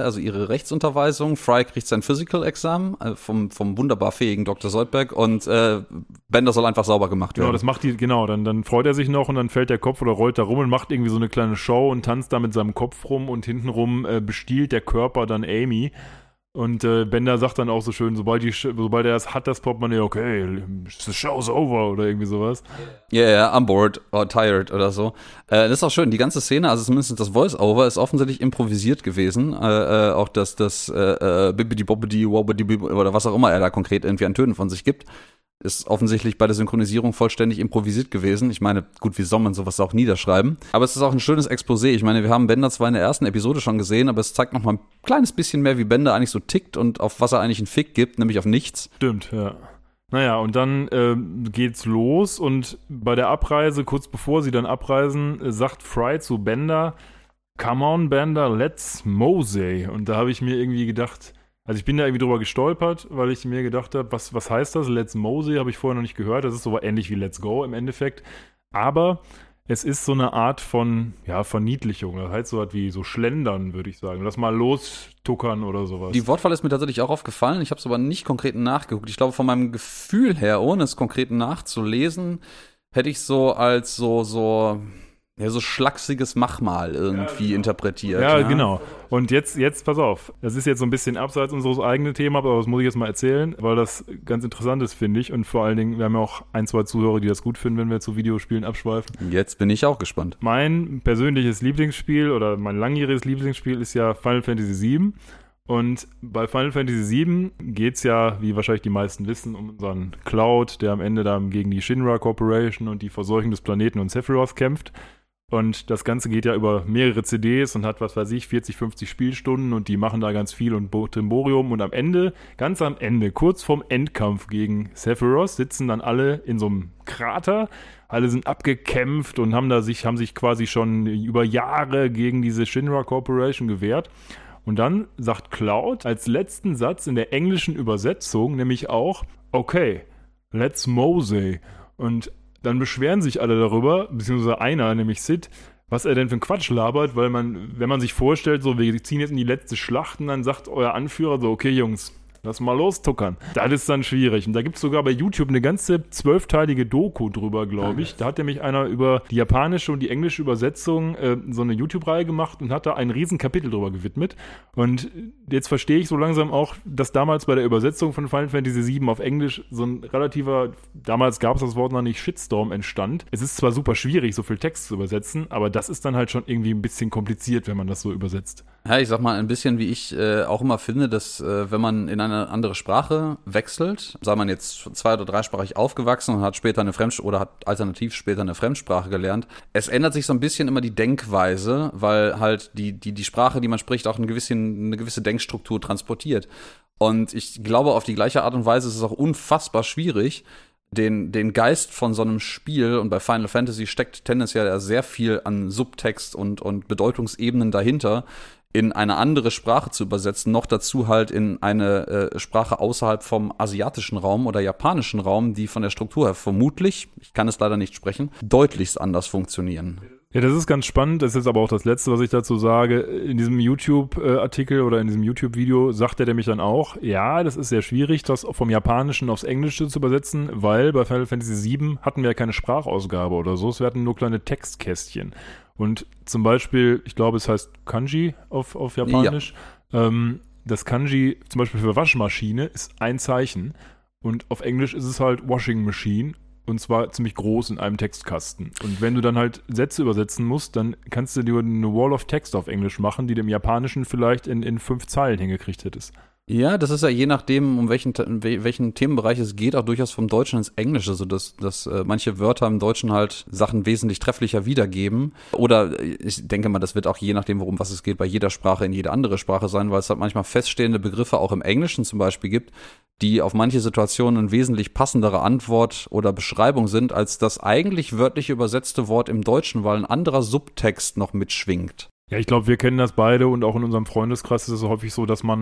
eine Rechtsunterweisung, Fry kriegt sein Physical-Examen äh, vom, vom wunderbar fähigen Doktor Zoidberg und äh, Bender soll einfach sauber gemacht werden. Genau, das macht die, genau, dann, dann freut er sich noch und dann fällt der Kopf oder rollt da rum und macht irgendwie so eine kleine Show und tanzt da mit seinem Kopf rum und hintenrum äh, bestiehlt der Körper dann Amy. Und äh, Bender sagt dann auch so schön, sobald, die, sobald er das hat, das Portemonnaie, okay, the show's over oder irgendwie sowas. Ja, yeah, yeah, I'm bored or tired oder so. Äh, das ist auch schön, die ganze Szene, also zumindest das Voice-Over ist offensichtlich improvisiert gewesen. Äh, äh, auch das, das äh, Bibbidi Bobbidi Wobbidi oder was auch immer er da konkret irgendwie an Tönen von sich gibt, ist offensichtlich bei der Synchronisierung vollständig improvisiert gewesen. Ich meine, gut, wie soll man sowas auch niederschreiben? Aber es ist auch ein schönes Exposé. Ich meine, wir haben Bender zwar in der ersten Episode schon gesehen, aber es zeigt noch mal ein kleines bisschen mehr, wie Bender eigentlich so tickt und auf was er eigentlich einen Fick gibt, nämlich auf nichts. Stimmt, ja. Naja, und dann äh, geht's los und bei der Abreise, kurz bevor sie dann abreisen, äh, sagt Fry zu Bender, come on, Bender, let's mosey. Und da habe ich mir irgendwie gedacht, also ich bin da irgendwie drüber gestolpert, weil ich mir gedacht habe, was, was heißt das? Let's mosey habe ich vorher noch nicht gehört. Das ist so ähnlich wie Let's go im Endeffekt. Aber es ist so eine Art von, ja, Verniedlichung. Das heißt so was wie so Schlendern, würde ich sagen. Lass mal lostuckern oder sowas. Die Wortwahl ist mir tatsächlich auch aufgefallen. Ich habe es aber nicht konkret nachgeguckt. Ich glaube, von meinem Gefühl her, ohne es konkret nachzulesen, hätte ich so als so, so... Ja, so schlachsiges Machmal irgendwie ja, genau. interpretiert. Ja, ja, genau. Und jetzt, jetzt, pass auf, das ist jetzt so ein bisschen abseits unseres eigenen Themas, aber das muss ich jetzt mal erzählen, weil das ganz interessant ist, finde ich. Und vor allen Dingen, wir haben ja auch ein, zwei Zuhörer, die das gut finden, wenn wir zu Videospielen abschweifen. Jetzt bin ich auch gespannt. Mein persönliches Lieblingsspiel oder mein langjähriges Lieblingsspiel ist ja Final Fantasy sieben. Und bei Final Fantasy sieben geht's ja, wie wahrscheinlich die meisten wissen, um unseren Cloud, der am Ende dann gegen die Shinra Corporation und die Verseuchung des Planeten und Sephiroth kämpft. Und das Ganze geht ja über mehrere C Ds und hat, was weiß ich, vierzig, fünfzig Spielstunden und die machen da ganz viel und Trimborium und am Ende, ganz am Ende, kurz vorm Endkampf gegen Sephiroth, sitzen dann alle in so einem Krater, alle sind abgekämpft und haben da sich, haben sich quasi schon über Jahre gegen diese Shinra Corporation gewehrt. Und dann sagt Cloud als letzten Satz in der englischen Übersetzung nämlich auch, okay, let's mosey. Und dann beschweren sich alle darüber, beziehungsweise einer, nämlich Sid, was er denn für einen Quatsch labert, weil man, wenn man sich vorstellt, so, wir ziehen jetzt in die letzte Schlacht und dann sagt euer Anführer so, okay Jungs, lass mal lostuckern. Das ist dann schwierig. Und da gibt es sogar bei YouTube eine ganze zwölfteilige Doku drüber, glaube ich. Da hat nämlich einer über die japanische und die englische Übersetzung äh, so eine YouTube-Reihe gemacht und hat da ein riesen Kapitel drüber gewidmet. Und jetzt verstehe ich so langsam auch, dass damals bei der Übersetzung von Final Fantasy sieben auf Englisch so ein relativer, damals gab es das Wort noch nicht, Shitstorm entstand. Es ist zwar super schwierig, so viel Text zu übersetzen, aber das ist dann halt schon irgendwie ein bisschen kompliziert, wenn man das so übersetzt. Ja, ich sag mal ein bisschen, wie ich äh, auch immer finde, dass äh, wenn man in eine andere Sprache wechselt, sei man jetzt zwei- oder dreisprachig aufgewachsen und hat später eine Fremdsprache oder hat alternativ später eine Fremdsprache gelernt, es ändert sich so ein bisschen immer die Denkweise, weil halt die, die, die Sprache, die man spricht, auch eine gewisse, eine gewisse Denkstruktur transportiert. Und ich glaube, auf die gleiche Art und Weise ist es auch unfassbar schwierig, den, den Geist von so einem Spiel, und bei Final Fantasy steckt tendenziell sehr viel an Subtext und, und Bedeutungsebenen dahinter, in eine andere Sprache zu übersetzen, noch dazu halt in eine äh, Sprache außerhalb vom asiatischen Raum oder japanischen Raum, die von der Struktur her vermutlich, ich kann es leider nicht sprechen, deutlichst anders funktionieren. Ja, das ist ganz spannend. Das ist jetzt aber auch das Letzte, was ich dazu sage. In diesem YouTube-Artikel oder in diesem YouTube-Video sagt er nämlich dann auch, ja, das ist sehr schwierig, das vom Japanischen aufs Englische zu übersetzen, weil bei Final Fantasy sieben hatten wir ja keine Sprachausgabe oder so. Wir hatten nur kleine Textkästchen. Und zum Beispiel, ich glaube, es heißt Kanji auf, auf Japanisch. Ja. Ähm, das Kanji zum Beispiel für Waschmaschine ist ein Zeichen. Und auf Englisch ist es halt Washing Machine. Und zwar ziemlich groß in einem Textkasten. Und wenn du dann halt Sätze übersetzen musst, dann kannst du dir eine Wall of Text auf Englisch machen, die du im Japanischen vielleicht in, in fünf Zeilen hingekriegt hättest. Ja, das ist ja je nachdem, um welchen, welchen Themenbereich es geht, auch durchaus vom Deutschen ins Englische, so dass, dass äh, manche Wörter im Deutschen halt Sachen wesentlich trefflicher wiedergeben. Oder ich denke mal, das wird auch je nachdem, worum was es geht, bei jeder Sprache in jede andere Sprache sein, weil es halt manchmal feststehende Begriffe auch im Englischen zum Beispiel gibt, die auf manche Situationen eine wesentlich passendere Antwort oder Beschreibung sind, als das eigentlich wörtlich übersetzte Wort im Deutschen, weil ein anderer Subtext noch mitschwingt. Ja, ich glaube, wir kennen das beide und auch in unserem Freundeskreis ist es häufig so, dass man,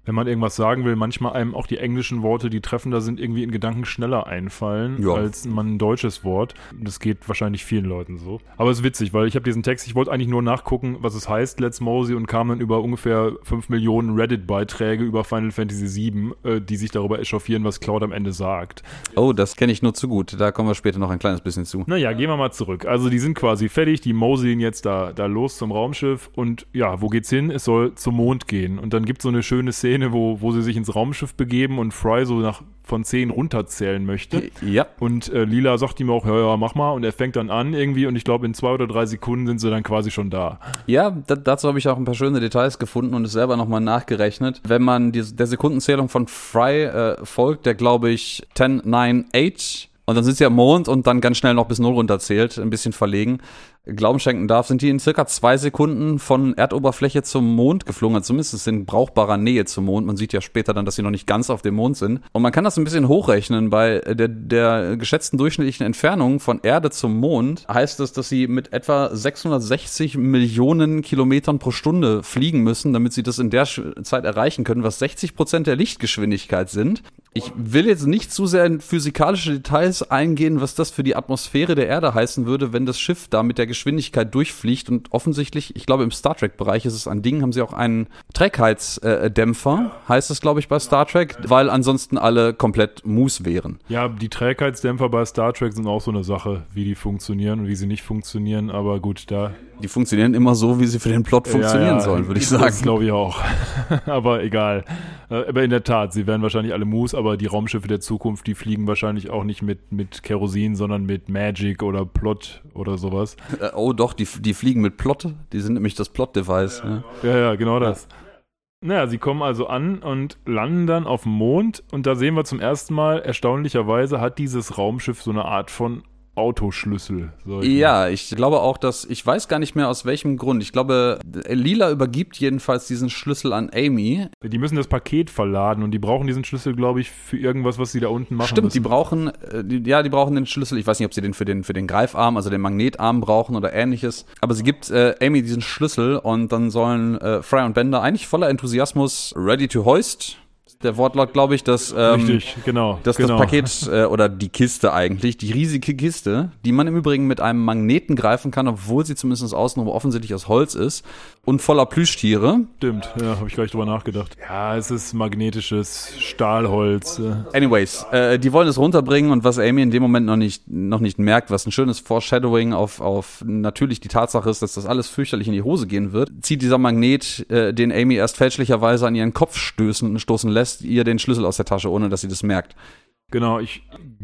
wenn man irgendwas sagen will, manchmal einem auch die englischen Worte, die treffender sind, irgendwie in Gedanken schneller einfallen, ja. als man ein deutsches Wort. Das geht wahrscheinlich vielen Leuten so. Aber es ist witzig, weil ich habe diesen Text, ich wollte eigentlich nur nachgucken, was es heißt, Let's Mosey, und kam dann über ungefähr fünf Millionen Reddit-Beiträge über Final Fantasy sieben, äh, die sich darüber echauffieren, was Cloud am Ende sagt. Oh, das kenne ich nur zu gut. Da kommen wir später noch ein kleines bisschen zu. Naja, gehen wir mal zurück. Also die sind quasi fertig, die Moseyen jetzt da, da los zum Raumschiff und ja, wo geht's hin? Es soll zum Mond gehen. Und dann gibt es so eine schöne Szene, Wo, wo sie sich ins Raumschiff begeben und Fry so nach von zehn runterzählen möchte. Ja. Und äh, Lila sagt ihm auch, ja, ja, mach mal. Und er fängt dann an irgendwie und ich glaube, in zwei oder drei Sekunden sind sie dann quasi schon da. Ja, da, dazu habe ich auch ein paar schöne Details gefunden und es selber nochmal nachgerechnet. Wenn man die, der Sekundenzählung von Fry äh, folgt, der glaube ich zehn, neun, acht und dann sind sie am Mond und dann ganz schnell noch bis null runterzählt, ein bisschen verlegen, Glauben schenken darf, sind die in circa zwei Sekunden von Erdoberfläche zum Mond geflogen, also zumindest in brauchbarer Nähe zum Mond. Man sieht ja später dann, dass sie noch nicht ganz auf dem Mond sind. Und man kann das ein bisschen hochrechnen. Bei der, der geschätzten durchschnittlichen Entfernung von Erde zum Mond heißt es, dass sie mit etwa sechshundertsechzig Millionen Kilometern pro Stunde fliegen müssen, damit sie das in der Zeit erreichen können, was sechzig Prozent der Lichtgeschwindigkeit sind. Ich will jetzt nicht zu sehr in physikalische Details eingehen, was das für die Atmosphäre der Erde heißen würde, wenn das Schiff da mit der Geschwindigkeit durchfliegt. Und offensichtlich, ich glaube im Star Trek-Bereich ist es ein Ding, haben sie auch einen Trägheitsdämpfer, heißt es glaube ich bei Star Trek, weil ansonsten alle komplett Mus wären. Ja, die Trägheitsdämpfer bei Star Trek sind auch so eine Sache, wie die funktionieren und wie sie nicht funktionieren, aber gut, da... Die funktionieren immer so, wie sie für den Plot funktionieren ja, ja, sollen, würde ich sagen. Das glaube ich auch. Aber egal. Aber in der Tat, sie werden wahrscheinlich alle Mus, aber die Raumschiffe der Zukunft, die fliegen wahrscheinlich auch nicht mit, mit Kerosin, sondern mit Magic oder Plot oder sowas. Äh, oh doch, die, die fliegen mit Plot. Die sind nämlich das Plot-Device. Ja, ja, ja, ja genau das. Naja, sie kommen also an und landen dann auf dem Mond und da sehen wir zum ersten Mal, erstaunlicherweise hat dieses Raumschiff so eine Art von Autoschlüssel. Ja, ich glaube auch, dass, ich weiß gar nicht mehr aus welchem Grund. Ich glaube, Lila übergibt jedenfalls diesen Schlüssel an Amy. Die müssen das Paket verladen und die brauchen diesen Schlüssel, glaube ich, für irgendwas, was sie da unten machen Stimmt, müssen. die brauchen, die, ja, die brauchen den Schlüssel. Ich weiß nicht, ob sie den für den, für den Greifarm, also den Magnetarm brauchen oder ähnliches. Aber sie gibt äh, Amy diesen Schlüssel und dann sollen äh, Fry und Bender eigentlich voller Enthusiasmus ready to hoist. Der Wortlaut, glaube ich, dass, ähm, Richtig, genau, dass genau. das Paket äh, oder die Kiste eigentlich, die riesige Kiste, die man im Übrigen mit einem Magneten greifen kann, obwohl sie zumindest außenrum offensichtlich aus Holz ist und voller Plüschtiere. Stimmt, ja, habe ich gleich drüber nachgedacht. Ja, es ist magnetisches Stahlholz. Anyways, äh, die wollen es runterbringen und was Amy in dem Moment noch nicht noch nicht merkt, was ein schönes Foreshadowing auf auf natürlich die Tatsache ist, dass das alles fürchterlich in die Hose gehen wird, zieht dieser Magnet, äh, den Amy erst fälschlicherweise an ihren Kopf stößen, stoßen lässt, ihr den Schlüssel aus der Tasche, ohne dass sie das merkt. Genau, ich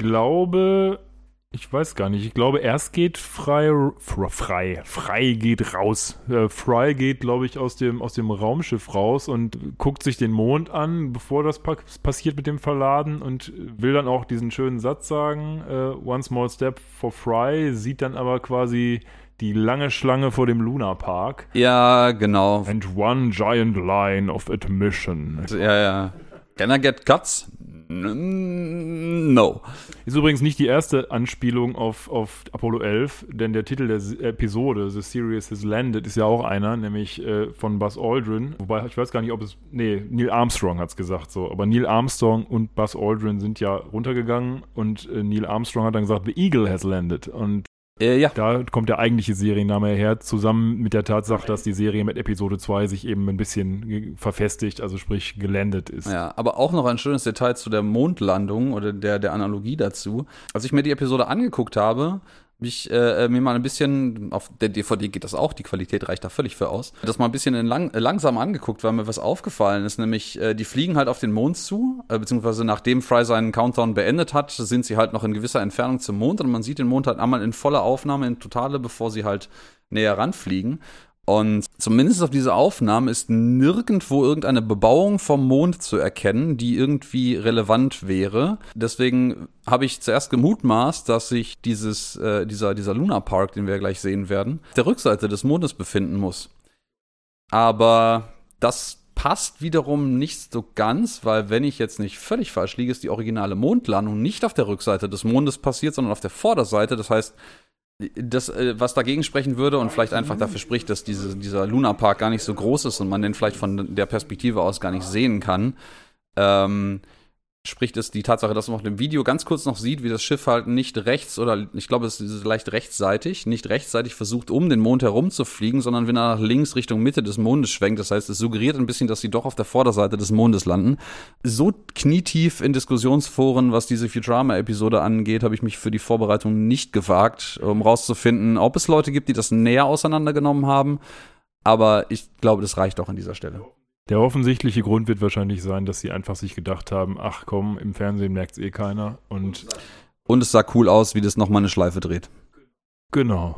glaube, ich weiß gar nicht, ich glaube, erst geht Fry, Fry, Fry geht raus. Äh, Fry geht, glaube ich, aus dem, aus dem Raumschiff raus und guckt sich den Mond an, bevor das pa- passiert mit dem Verladen und will dann auch diesen schönen Satz sagen, äh, one small step for Fry, sieht dann aber quasi die lange Schlange vor dem Luna Park. Ja, genau. And one giant line of admission. Ja, ja. Can I get cuts? No. Ist übrigens nicht die erste Anspielung auf, auf Apollo elf, denn der Titel der Episode, The Sirius Has Landed, ist ja auch einer, nämlich äh, von Buzz Aldrin. Wobei, ich weiß gar nicht, ob es, nee, Neil Armstrong hat's gesagt so, aber Neil Armstrong und Buzz Aldrin sind ja runtergegangen und äh, Neil Armstrong hat dann gesagt, The Eagle has landed und Äh, ja. Da kommt der eigentliche Serienname her, zusammen mit der Tatsache, dass die Serie mit Episode zwei sich eben ein bisschen verfestigt, also sprich gelandet ist. Ja, aber auch noch ein schönes Detail zu der Mondlandung oder der, der Analogie dazu. Als ich mir die Episode angeguckt habe, habe ich äh, mir mal ein bisschen, auf der D V D geht das auch, die Qualität reicht da völlig für aus, das mal ein bisschen in lang, äh, langsam angeguckt, weil mir was aufgefallen ist, nämlich äh, die fliegen halt auf den Mond zu, äh, beziehungsweise nachdem Fry seinen Countdown beendet hat, sind sie halt noch in gewisser Entfernung zum Mond und man sieht den Mond halt einmal in voller Aufnahme, in Totale, bevor sie halt näher ranfliegen. Und zumindest auf dieser Aufnahme ist nirgendwo irgendeine Bebauung vom Mond zu erkennen, die irgendwie relevant wäre. Deswegen habe ich zuerst gemutmaßt, dass sich dieses, äh, dieser, dieser Luna Park, den wir gleich sehen werden, auf der Rückseite des Mondes befinden muss. Aber das passt wiederum nicht so ganz, weil wenn ich jetzt nicht völlig falsch liege, ist die originale Mondlandung nicht auf der Rückseite des Mondes passiert, sondern auf der Vorderseite. Das heißt, Das, was dagegen sprechen würde und vielleicht einfach dafür spricht, dass diese, dieser Lunapark gar nicht so groß ist und man den vielleicht von der Perspektive aus gar nicht sehen kann, ähm, spricht es die Tatsache, dass man auf dem Video ganz kurz noch sieht, wie das Schiff halt nicht rechts oder ich glaube, es ist leicht rechtsseitig, nicht rechtsseitig versucht, um den Mond herum zu fliegen, sondern wenn er nach links Richtung Mitte des Mondes schwenkt. Das heißt, es suggeriert ein bisschen, dass sie doch auf der Vorderseite des Mondes landen. So knietief in Diskussionsforen, was diese Futurama-Episode angeht, habe ich mich für die Vorbereitung nicht gewagt, um rauszufinden, ob es Leute gibt, die das näher auseinandergenommen haben. Aber ich glaube, das reicht auch an dieser Stelle. Der offensichtliche Grund wird wahrscheinlich sein, dass sie einfach sich gedacht haben, ach komm, im Fernsehen merkt es eh keiner. Und, und es sah cool aus, wie das nochmal eine Schleife dreht. Genau.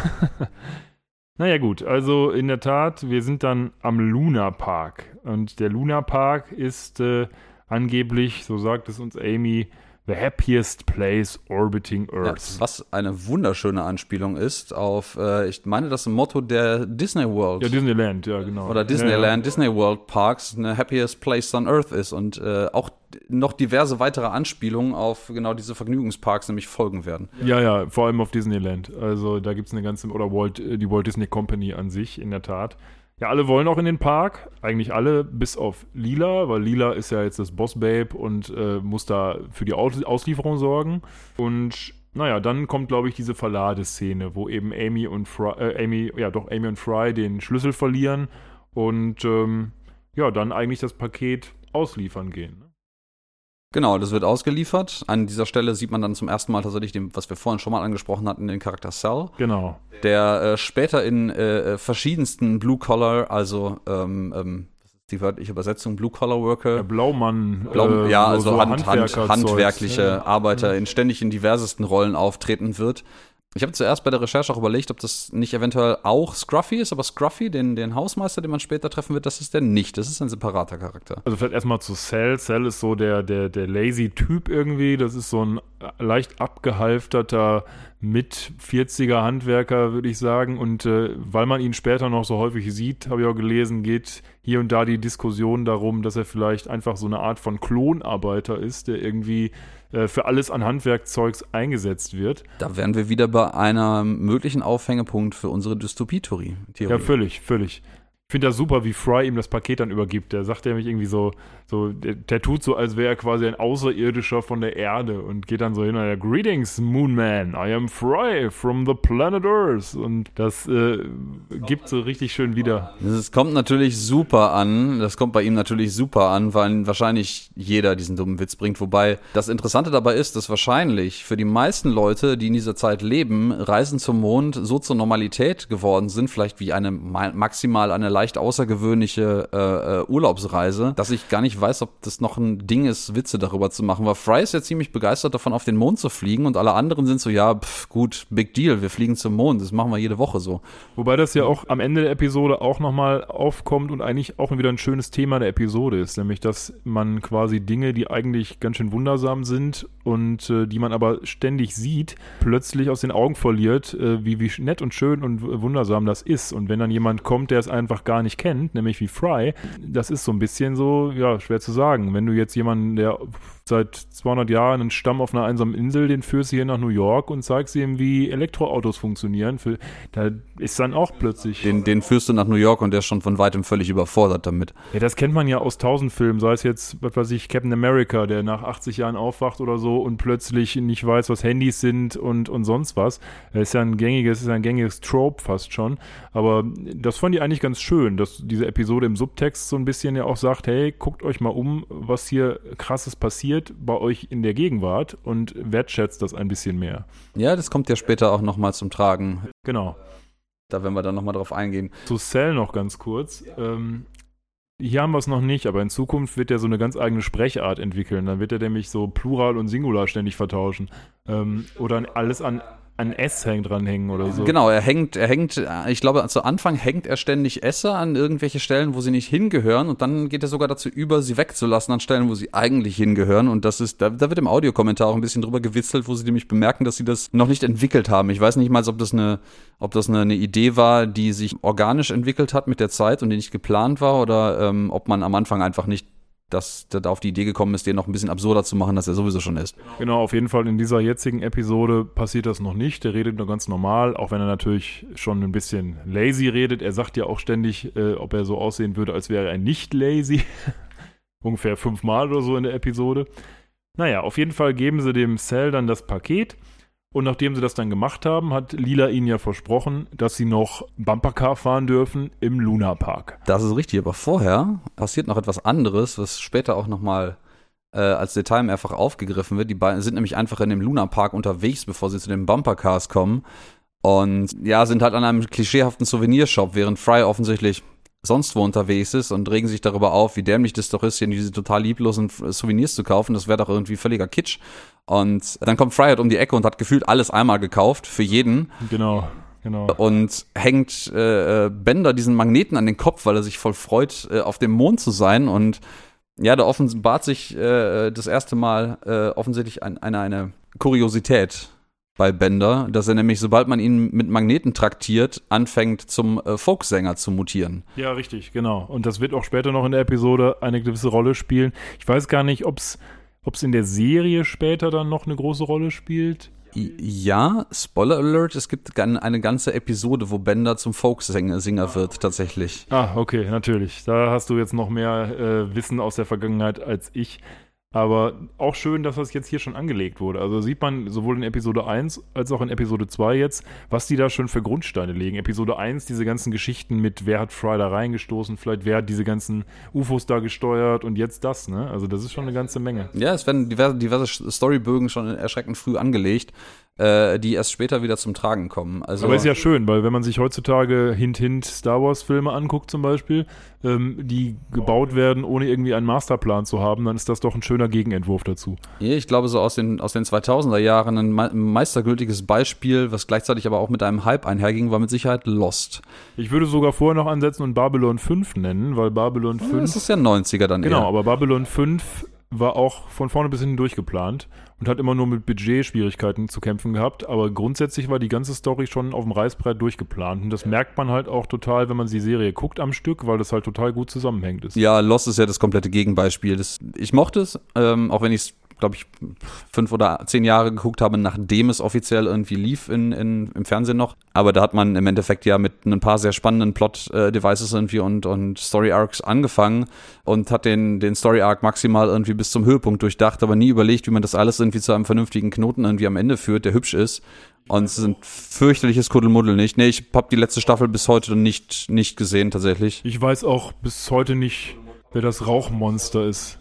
Naja gut, also in der Tat, wir sind dann am Lunapark. Und der Lunapark ist äh, angeblich, so sagt es uns Amy, the happiest place orbiting Earth. Ja, was eine wunderschöne Anspielung ist auf, äh, ich meine, das Motto der Disney World. Ja, Disneyland, ja, genau. Oder Disneyland, ja, ja. Disney World Parks, eine happiest place on Earth ist. Und äh, auch noch diverse weitere Anspielungen auf genau diese Vergnügungsparks nämlich folgen werden. Ja, ja, vor allem auf Disneyland. Also da gibt es eine ganze, oder Walt, die Walt Disney Company an sich, in der Tat. Ja, alle wollen auch in den Park, eigentlich alle, bis auf Lila, weil Lila ist ja jetzt das Boss-Babe und äh, muss da für die Aus- Auslieferung sorgen. Und naja, dann kommt, glaube ich, diese Verladeszene, wo eben Amy und Fry, äh, Amy, ja doch, Amy und Fry den Schlüssel verlieren und ähm, ja, dann eigentlich das Paket ausliefern gehen. Ne? Genau, das wird ausgeliefert. An dieser Stelle sieht man dann zum ersten Mal tatsächlich, den, was wir vorhin schon mal angesprochen hatten, den Charakter Sal. Genau. Der äh, später in äh, verschiedensten Blue-Collar, also ähm, ähm, die wörtliche Übersetzung, Blue-Collar-Worker. Der Blaumann. Blau, äh, ja, so, also so Hand, Hand, handwerkliche ja. Arbeiter in ständig in diversesten Rollen auftreten wird. Ich habe zuerst bei der Recherche auch überlegt, ob das nicht eventuell auch Scruffy ist, aber Scruffy, den, den Hausmeister, den man später treffen wird, das ist der nicht. Das ist ein separater Charakter. Also vielleicht erstmal zu Sal. Sal ist so der, der, der lazy Typ irgendwie. Das ist so ein leicht abgehalfterter mit vierziger Handwerker, würde ich sagen. Und äh, weil man ihn später noch so häufig sieht, habe ich auch gelesen, geht hier und da die Diskussion darum, dass er vielleicht einfach so eine Art von Klonarbeiter ist, der irgendwie äh, für alles an Handwerkszeugs eingesetzt wird. Da wären wir wieder bei einem möglichen Aufhängepunkt für unsere Dystopie-Theorie. Ja, völlig, völlig. Ich finde das super, wie Fry ihm das Paket dann übergibt. Der sagt nämlich irgendwie so, so der, der tut so, als wäre er quasi ein Außerirdischer von der Erde und geht dann so hin und sagt, Greetings, Moon Man, I am Fry from the planet Earth. Und das äh, gibt so richtig schön wieder. Das kommt natürlich super an, das kommt bei ihm natürlich super an, weil wahrscheinlich jeder diesen dummen Witz bringt. Wobei das Interessante dabei ist, dass wahrscheinlich für die meisten Leute, die in dieser Zeit leben, Reisen zum Mond so zur Normalität geworden sind, vielleicht wie eine maximal eine leicht außergewöhnliche äh, Urlaubsreise, dass ich gar nicht weiß, ob das noch ein Ding ist, Witze darüber zu machen, weil Fry ist ja ziemlich begeistert davon, auf den Mond zu fliegen und alle anderen sind so, ja, pff, gut, big deal, wir fliegen zum Mond, das machen wir jede Woche so. Wobei das ja auch am Ende der Episode auch nochmal aufkommt und eigentlich auch wieder ein schönes Thema der Episode ist, nämlich, dass man quasi Dinge, die eigentlich ganz schön wundersam sind und äh, die man aber ständig sieht, plötzlich aus den Augen verliert, äh, wie, wie nett und schön und wundersam das ist. Und wenn dann jemand kommt, der es einfach gar nicht kennt, nämlich wie Fry, das ist so ein bisschen so, ja, schwer zu sagen. Wenn du jetzt jemanden, der seit zweihundert Jahren einen Stamm auf einer einsamen Insel, den führst du hier nach New York und zeigst ihm, wie Elektroautos funktionieren, für, da ist dann auch plötzlich... Den, den führst du nach New York und der ist schon von weitem völlig überfordert damit. Ja, das kennt man ja aus tausend Filmen, sei es jetzt, was weiß ich, Captain America, der nach achtzig Jahren aufwacht oder so und plötzlich nicht weiß, was Handys sind und, und sonst was. Das ist ja ein gängiges, ist ja ein gängiges Trope fast schon. Aber das fand ich eigentlich ganz schön, dass diese Episode im Subtext so ein bisschen ja auch sagt, hey, guckt euch mal um, was hier Krasses passiert bei euch in der Gegenwart und wertschätzt das ein bisschen mehr. Ja, das kommt ja später auch nochmal zum Tragen. Genau. Da werden wir dann nochmal drauf eingehen. Zu Sal noch ganz kurz. Ähm, hier haben wir es noch nicht, aber in Zukunft wird er so eine ganz eigene Sprechart entwickeln. Dann wird er nämlich so Plural und Singular ständig vertauschen. Ähm, oder alles an an S hängt dranhängen oder so. Genau, er hängt, er hängt, ich glaube, zu Anfang hängt er ständig Esse an irgendwelche Stellen, wo sie nicht hingehören und dann geht er sogar dazu über, sie wegzulassen an Stellen, wo sie eigentlich hingehören und das ist, da, da wird im Audiokommentar auch ein bisschen drüber gewitzelt, wo sie nämlich bemerken, dass sie das noch nicht entwickelt haben. Ich weiß nicht mal, ob das eine, ob das eine, eine Idee war, die sich organisch entwickelt hat mit der Zeit und die nicht geplant war oder ähm, ob man am Anfang einfach nicht dass der da auf die Idee gekommen ist, den noch ein bisschen absurder zu machen, als er sowieso schon ist. Genau, auf jeden Fall in dieser jetzigen Episode passiert das noch nicht. Der redet nur ganz normal, auch wenn er natürlich schon ein bisschen lazy redet. Er sagt ja auch ständig, äh, ob er so aussehen würde, als wäre er nicht lazy. Ungefähr fünfmal oder so in der Episode. Naja, auf jeden Fall geben sie dem Cell dann das Paket. Und nachdem sie das dann gemacht haben, hat Lila ihnen ja versprochen, dass sie noch Bumpercar fahren dürfen im Luna Park. Das ist richtig, aber vorher passiert noch etwas anderes, was später auch nochmal äh, als Detail mehrfach aufgegriffen wird. Die beiden sind nämlich einfach in dem Luna Park unterwegs, bevor sie zu den Bumpercars kommen. Und ja, sind halt an einem klischeehaften Souvenirshop, während Fry offensichtlich sonst wo unterwegs ist und regen sich darüber auf, wie dämlich das doch ist, hier diese total lieblosen Souvenirs zu kaufen. Das wäre doch irgendwie völliger Kitsch. Und dann kommt Fry halt um die Ecke und hat gefühlt alles einmal gekauft, für jeden. Genau, genau. Und hängt äh, Bender diesen Magneten an den Kopf, weil er sich voll freut, äh, auf dem Mond zu sein. Und ja, da offenbart sich äh, das erste Mal äh, offensichtlich ein, eine, eine Kuriosität bei Bender, dass er nämlich, sobald man ihn mit Magneten traktiert, anfängt zum äh, Folksänger zu mutieren. Ja, richtig, genau. Und das wird auch später noch in der Episode eine gewisse Rolle spielen. Ich weiß gar nicht, ob es in der Serie später dann noch eine große Rolle spielt. Ja, Spoiler Alert, es gibt eine ganze Episode, wo Bender zum Folksinger wird, tatsächlich. Ah, okay, natürlich. Da hast du jetzt noch mehr äh, Wissen aus der Vergangenheit als ich. Aber auch schön, dass das jetzt hier schon angelegt wurde. Also sieht man sowohl in Episode eins als auch in Episode zwei jetzt, was die da schon für Grundsteine legen. Episode eins, diese ganzen Geschichten mit, wer hat Fry da reingestoßen, vielleicht wer hat diese ganzen U F Os da gesteuert und jetzt das, ne? Also das ist schon eine ganze Menge. Ja, es werden diverse, diverse Storybögen schon erschreckend früh angelegt, äh, die erst später wieder zum Tragen kommen. Also, aber ist ja schön, weil wenn man sich heutzutage Hint-Hint Star Wars Filme anguckt zum Beispiel, ähm, die gebaut werden, ohne irgendwie einen Masterplan zu haben, dann ist das doch ein schöner Gegenentwurf dazu. Ja, ich glaube, so aus den, aus den zweitausender Jahren ein me- meistergültiges Beispiel, was gleichzeitig aber auch mit einem Hype einherging, war mit Sicherheit Lost. Ich würde sogar vorher noch ansetzen und Babylon fünf nennen, weil Babylon fünf... Ja, das ist ja neunziger dann Genau, eher. aber Babylon fünf war auch von vorne bis hinten durchgeplant und hat immer nur mit Budgetschwierigkeiten zu kämpfen gehabt, aber grundsätzlich war die ganze Story schon auf dem Reißbrett durchgeplant und das merkt man halt auch total, wenn man die Serie guckt am Stück, weil das halt total gut zusammenhängt ist. Ja, Lost ist ja das komplette Gegenbeispiel. Das, ich mochte es, ähm, auch wenn ich es, glaube ich, fünf oder zehn Jahre geguckt habe, nachdem es offiziell irgendwie lief in, in, im Fernsehen noch. Aber da hat man im Endeffekt ja mit ein paar sehr spannenden Plot-Devices irgendwie und, und Story-Arcs angefangen und hat den, den Story-Arc maximal irgendwie bis zum Höhepunkt durchdacht, aber nie überlegt, wie man das alles irgendwie zu einem vernünftigen Knoten irgendwie am Ende führt, der hübsch ist. Und es ist ein fürchterliches Kuddelmuddel nicht. Nee, ich habe die letzte Staffel bis heute nicht, nicht gesehen, tatsächlich. Ich weiß auch bis heute nicht, wer das Rauchmonster ist.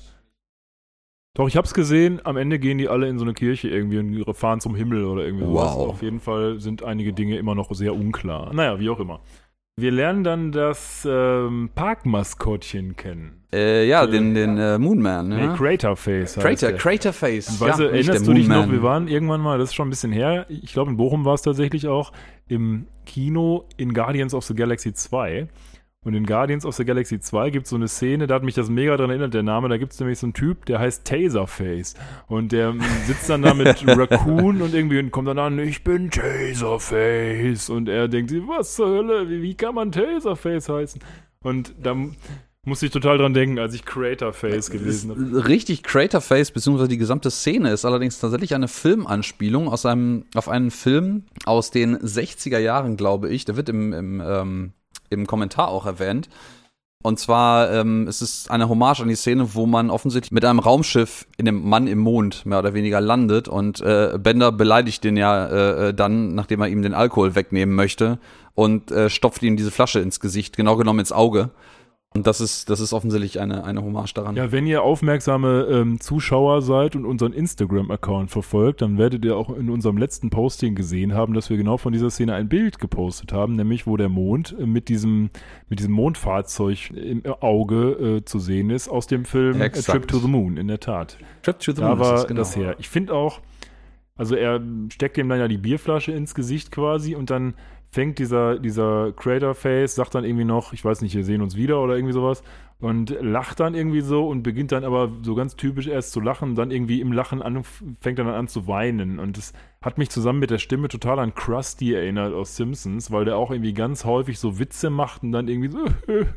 Doch, ich hab's gesehen, am Ende gehen die alle in so eine Kirche irgendwie und fahren zum Himmel oder irgendwie sowas. Wow. Auf jeden Fall sind einige Dinge immer noch sehr unklar. Naja, wie auch immer. Wir lernen dann das ähm, Parkmaskottchen kennen. Äh, ja, äh, den, den äh, Moonman, nee, ja. Craterface heißt Crater, der. Craterface. Und weißt ja, du, erinnerst du dich noch, wir waren irgendwann mal, das ist schon ein bisschen her, ich glaube in Bochum war es tatsächlich auch, im Kino in Guardians of the Galaxy zwei. Und in Guardians of the Galaxy zwei gibt es so eine Szene, da hat mich das mega dran erinnert, der Name, da gibt es nämlich so einen Typ, der heißt Taserface. Und der sitzt dann da mit Raccoon und irgendwie kommt dann an, ich bin Taserface. Und er denkt sich, was zur Hölle, wie, wie kann man Taserface heißen? Und da musste ich total dran denken, als ich Craterface gelesen habe. Richtig, Craterface, beziehungsweise die gesamte Szene ist allerdings tatsächlich eine Filmanspielung aus einem, auf einen Film aus den sechziger Jahren, glaube ich. Der wird im, im ähm im Kommentar auch erwähnt. Und zwar ähm, es ist eine Hommage an die Szene, wo man offensichtlich mit einem Raumschiff in dem Mann im Mond mehr oder weniger landet und äh, Bender beleidigt den ja äh, dann, nachdem er ihm den Alkohol wegnehmen möchte und äh, stopft ihm diese Flasche ins Gesicht, genau genommen ins Auge. Und das ist, das ist offensichtlich eine, eine Hommage daran. Ja, wenn ihr aufmerksame ähm, Zuschauer seid und unseren Instagram-Account verfolgt, dann werdet ihr auch in unserem letzten Posting gesehen haben, dass wir genau von dieser Szene ein Bild gepostet haben, nämlich wo der Mond äh, mit diesem mit diesem Mondfahrzeug im Auge äh, zu sehen ist, aus dem Film A Trip to the Moon, in der Tat. Trip to the da Moon war ist es, genau. Das her. Ich finde auch, also er steckt ihm dann ja die Bierflasche ins Gesicht quasi und dann fängt dieser, dieser Craterface, sagt dann irgendwie noch, ich weiß nicht, wir sehen uns wieder oder irgendwie sowas und lacht dann irgendwie so und beginnt dann aber so ganz typisch erst zu lachen, dann irgendwie im Lachen an, fängt dann an zu weinen und das hat mich zusammen mit der Stimme total an Krusty erinnert aus Simpsons, weil der auch irgendwie ganz häufig so Witze macht und dann irgendwie so,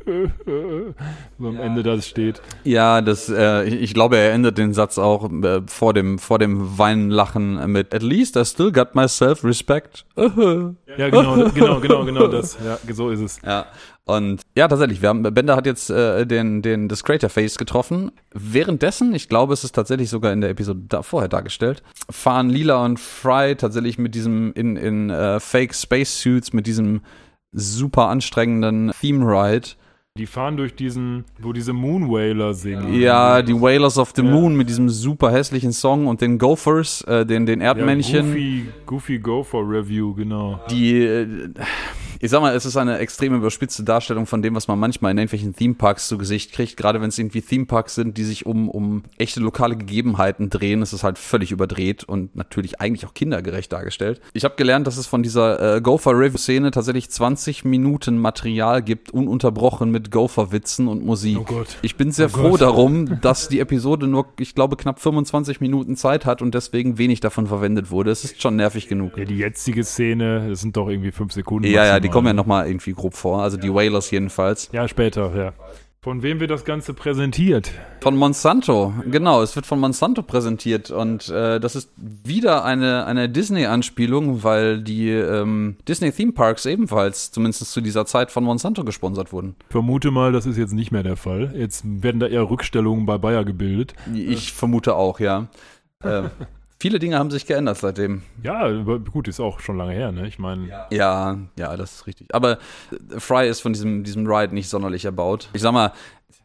so am ja. Ende das steht. Ja, das, äh, ich glaube, er endet den Satz auch äh, vor dem, vor dem Weinen, Lachen mit At least I still got my self-respect. Ja, genau, genau, genau, genau das. Ja, so ist es. Ja. Und ja, tatsächlich, wir haben, Bender hat jetzt äh, den, den, das Crater Face getroffen. Währenddessen, ich glaube, es ist tatsächlich sogar in der Episode da, vorher dargestellt, fahren Leela und Fry tatsächlich mit diesem in, in äh, Fake Space Suits, mit diesem super anstrengenden Theme Ride. Die fahren durch diesen, wo diese Moon Whaler singen. Ja, die Whalers of the ja. Moon mit diesem super hässlichen Song und den Gophers, äh, den, den Erdmännchen. Ja, Goofy, Goofy Gopher Review, genau. Die, äh, ich sag mal, es ist eine extrem überspitzte Darstellung von dem, was man manchmal in irgendwelchen Themeparks zu Gesicht kriegt. Gerade wenn es irgendwie Themeparks sind, die sich um, um echte lokale Gegebenheiten drehen, ist es halt völlig überdreht und natürlich eigentlich auch kindergerecht dargestellt. Ich habe gelernt, dass es von dieser äh, Gopher-Review-Szene tatsächlich zwanzig Minuten Material gibt, ununterbrochen mit Gopher-Witzen und Musik. Oh Gott. Ich bin sehr oh froh Gott. darum, dass die Episode nur, ich glaube, knapp fünfundzwanzig Minuten Zeit hat und deswegen wenig davon verwendet wurde. Es ist schon nervig genug. Ja, die jetzige Szene, das sind doch irgendwie fünf Sekunden. Ja, maximal. Ja, die kommen ja nochmal irgendwie grob vor. Also die Whalers jedenfalls. Ja, später, ja. Von wem wird das Ganze präsentiert? Von Monsanto, genau. Es wird von Monsanto präsentiert und äh, das ist wieder eine, eine Disney-Anspielung, weil die ähm, Disney-Theme-Parks ebenfalls, zumindest zu dieser Zeit, von Monsanto gesponsert wurden. Vermute mal, das ist jetzt nicht mehr der Fall. Jetzt werden da eher Rückstellungen bei Bayer gebildet. Ich vermute auch, ja. äh, Viele Dinge haben sich geändert seitdem. Ja, gut, ist auch schon lange her, ne? Ich meine. Ja, ja, das ist richtig. Aber Fry ist von diesem, diesem Ride nicht sonderlich erbaut. Ich sag mal,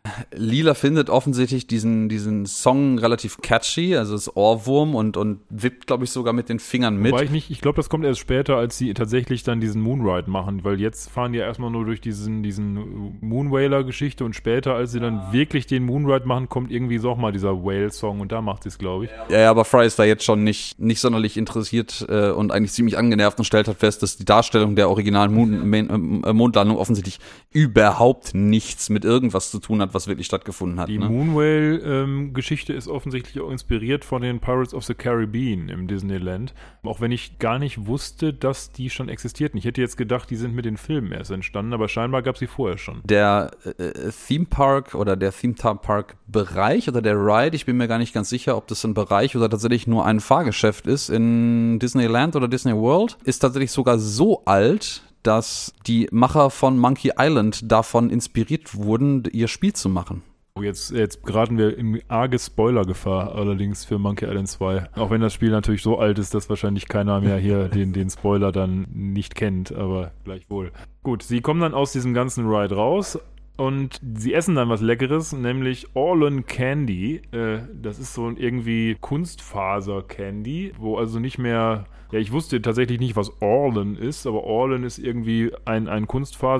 Leela findet offensichtlich diesen, diesen Song relativ catchy, also das Ohrwurm und, und wippt, glaube ich, sogar mit den Fingern mit. Wobei ich nicht, ich glaube, das kommt erst später, als sie tatsächlich dann diesen Moonride machen, weil jetzt fahren die ja erstmal nur durch diesen, diesen Moonwhaler-Geschichte und später, als sie dann wirklich den Moonride machen, kommt irgendwie so auch mal dieser Whale-Song und da macht sie es, glaube ich. Ja, ja, aber Fry ist da jetzt schon nicht, nicht sonderlich interessiert äh, und eigentlich ziemlich angenervt und stellt halt fest, dass die Darstellung der originalen Moon, äh, Mondlandung offensichtlich überhaupt nichts mit irgendwas zu tun hat, was wirklich stattgefunden hat. Die ne? Moonwhale-Geschichte ähm, ist offensichtlich auch inspiriert von den Pirates of the Caribbean im Disneyland. Auch wenn ich gar nicht wusste, dass die schon existierten. Ich hätte jetzt gedacht, die sind mit den Filmen erst entstanden, aber scheinbar gab es sie vorher schon. Der äh, Theme Park oder der Theme Park Bereich oder der Ride, ich bin mir gar nicht ganz sicher, ob das ein Bereich oder tatsächlich nur ein Fahrgeschäft ist in Disneyland oder Disney World, ist tatsächlich sogar so alt, dass die Macher von Monkey Island davon inspiriert wurden, ihr Spiel zu machen. Oh, jetzt, jetzt geraten wir in arge Spoiler-Gefahr allerdings für Monkey Island zwei. Auch wenn das Spiel natürlich so alt ist, dass wahrscheinlich keiner mehr hier den, den Spoiler dann nicht kennt, aber gleichwohl. Gut, sie kommen dann aus diesem ganzen Ride raus und sie essen dann was Leckeres, nämlich Orlan Candy. Äh, das ist so ein irgendwie Kunstfaser-Candy, wo also nicht mehr... Ja, ich wusste tatsächlich nicht, was Orlan ist, aber Orlan ist irgendwie ein, ein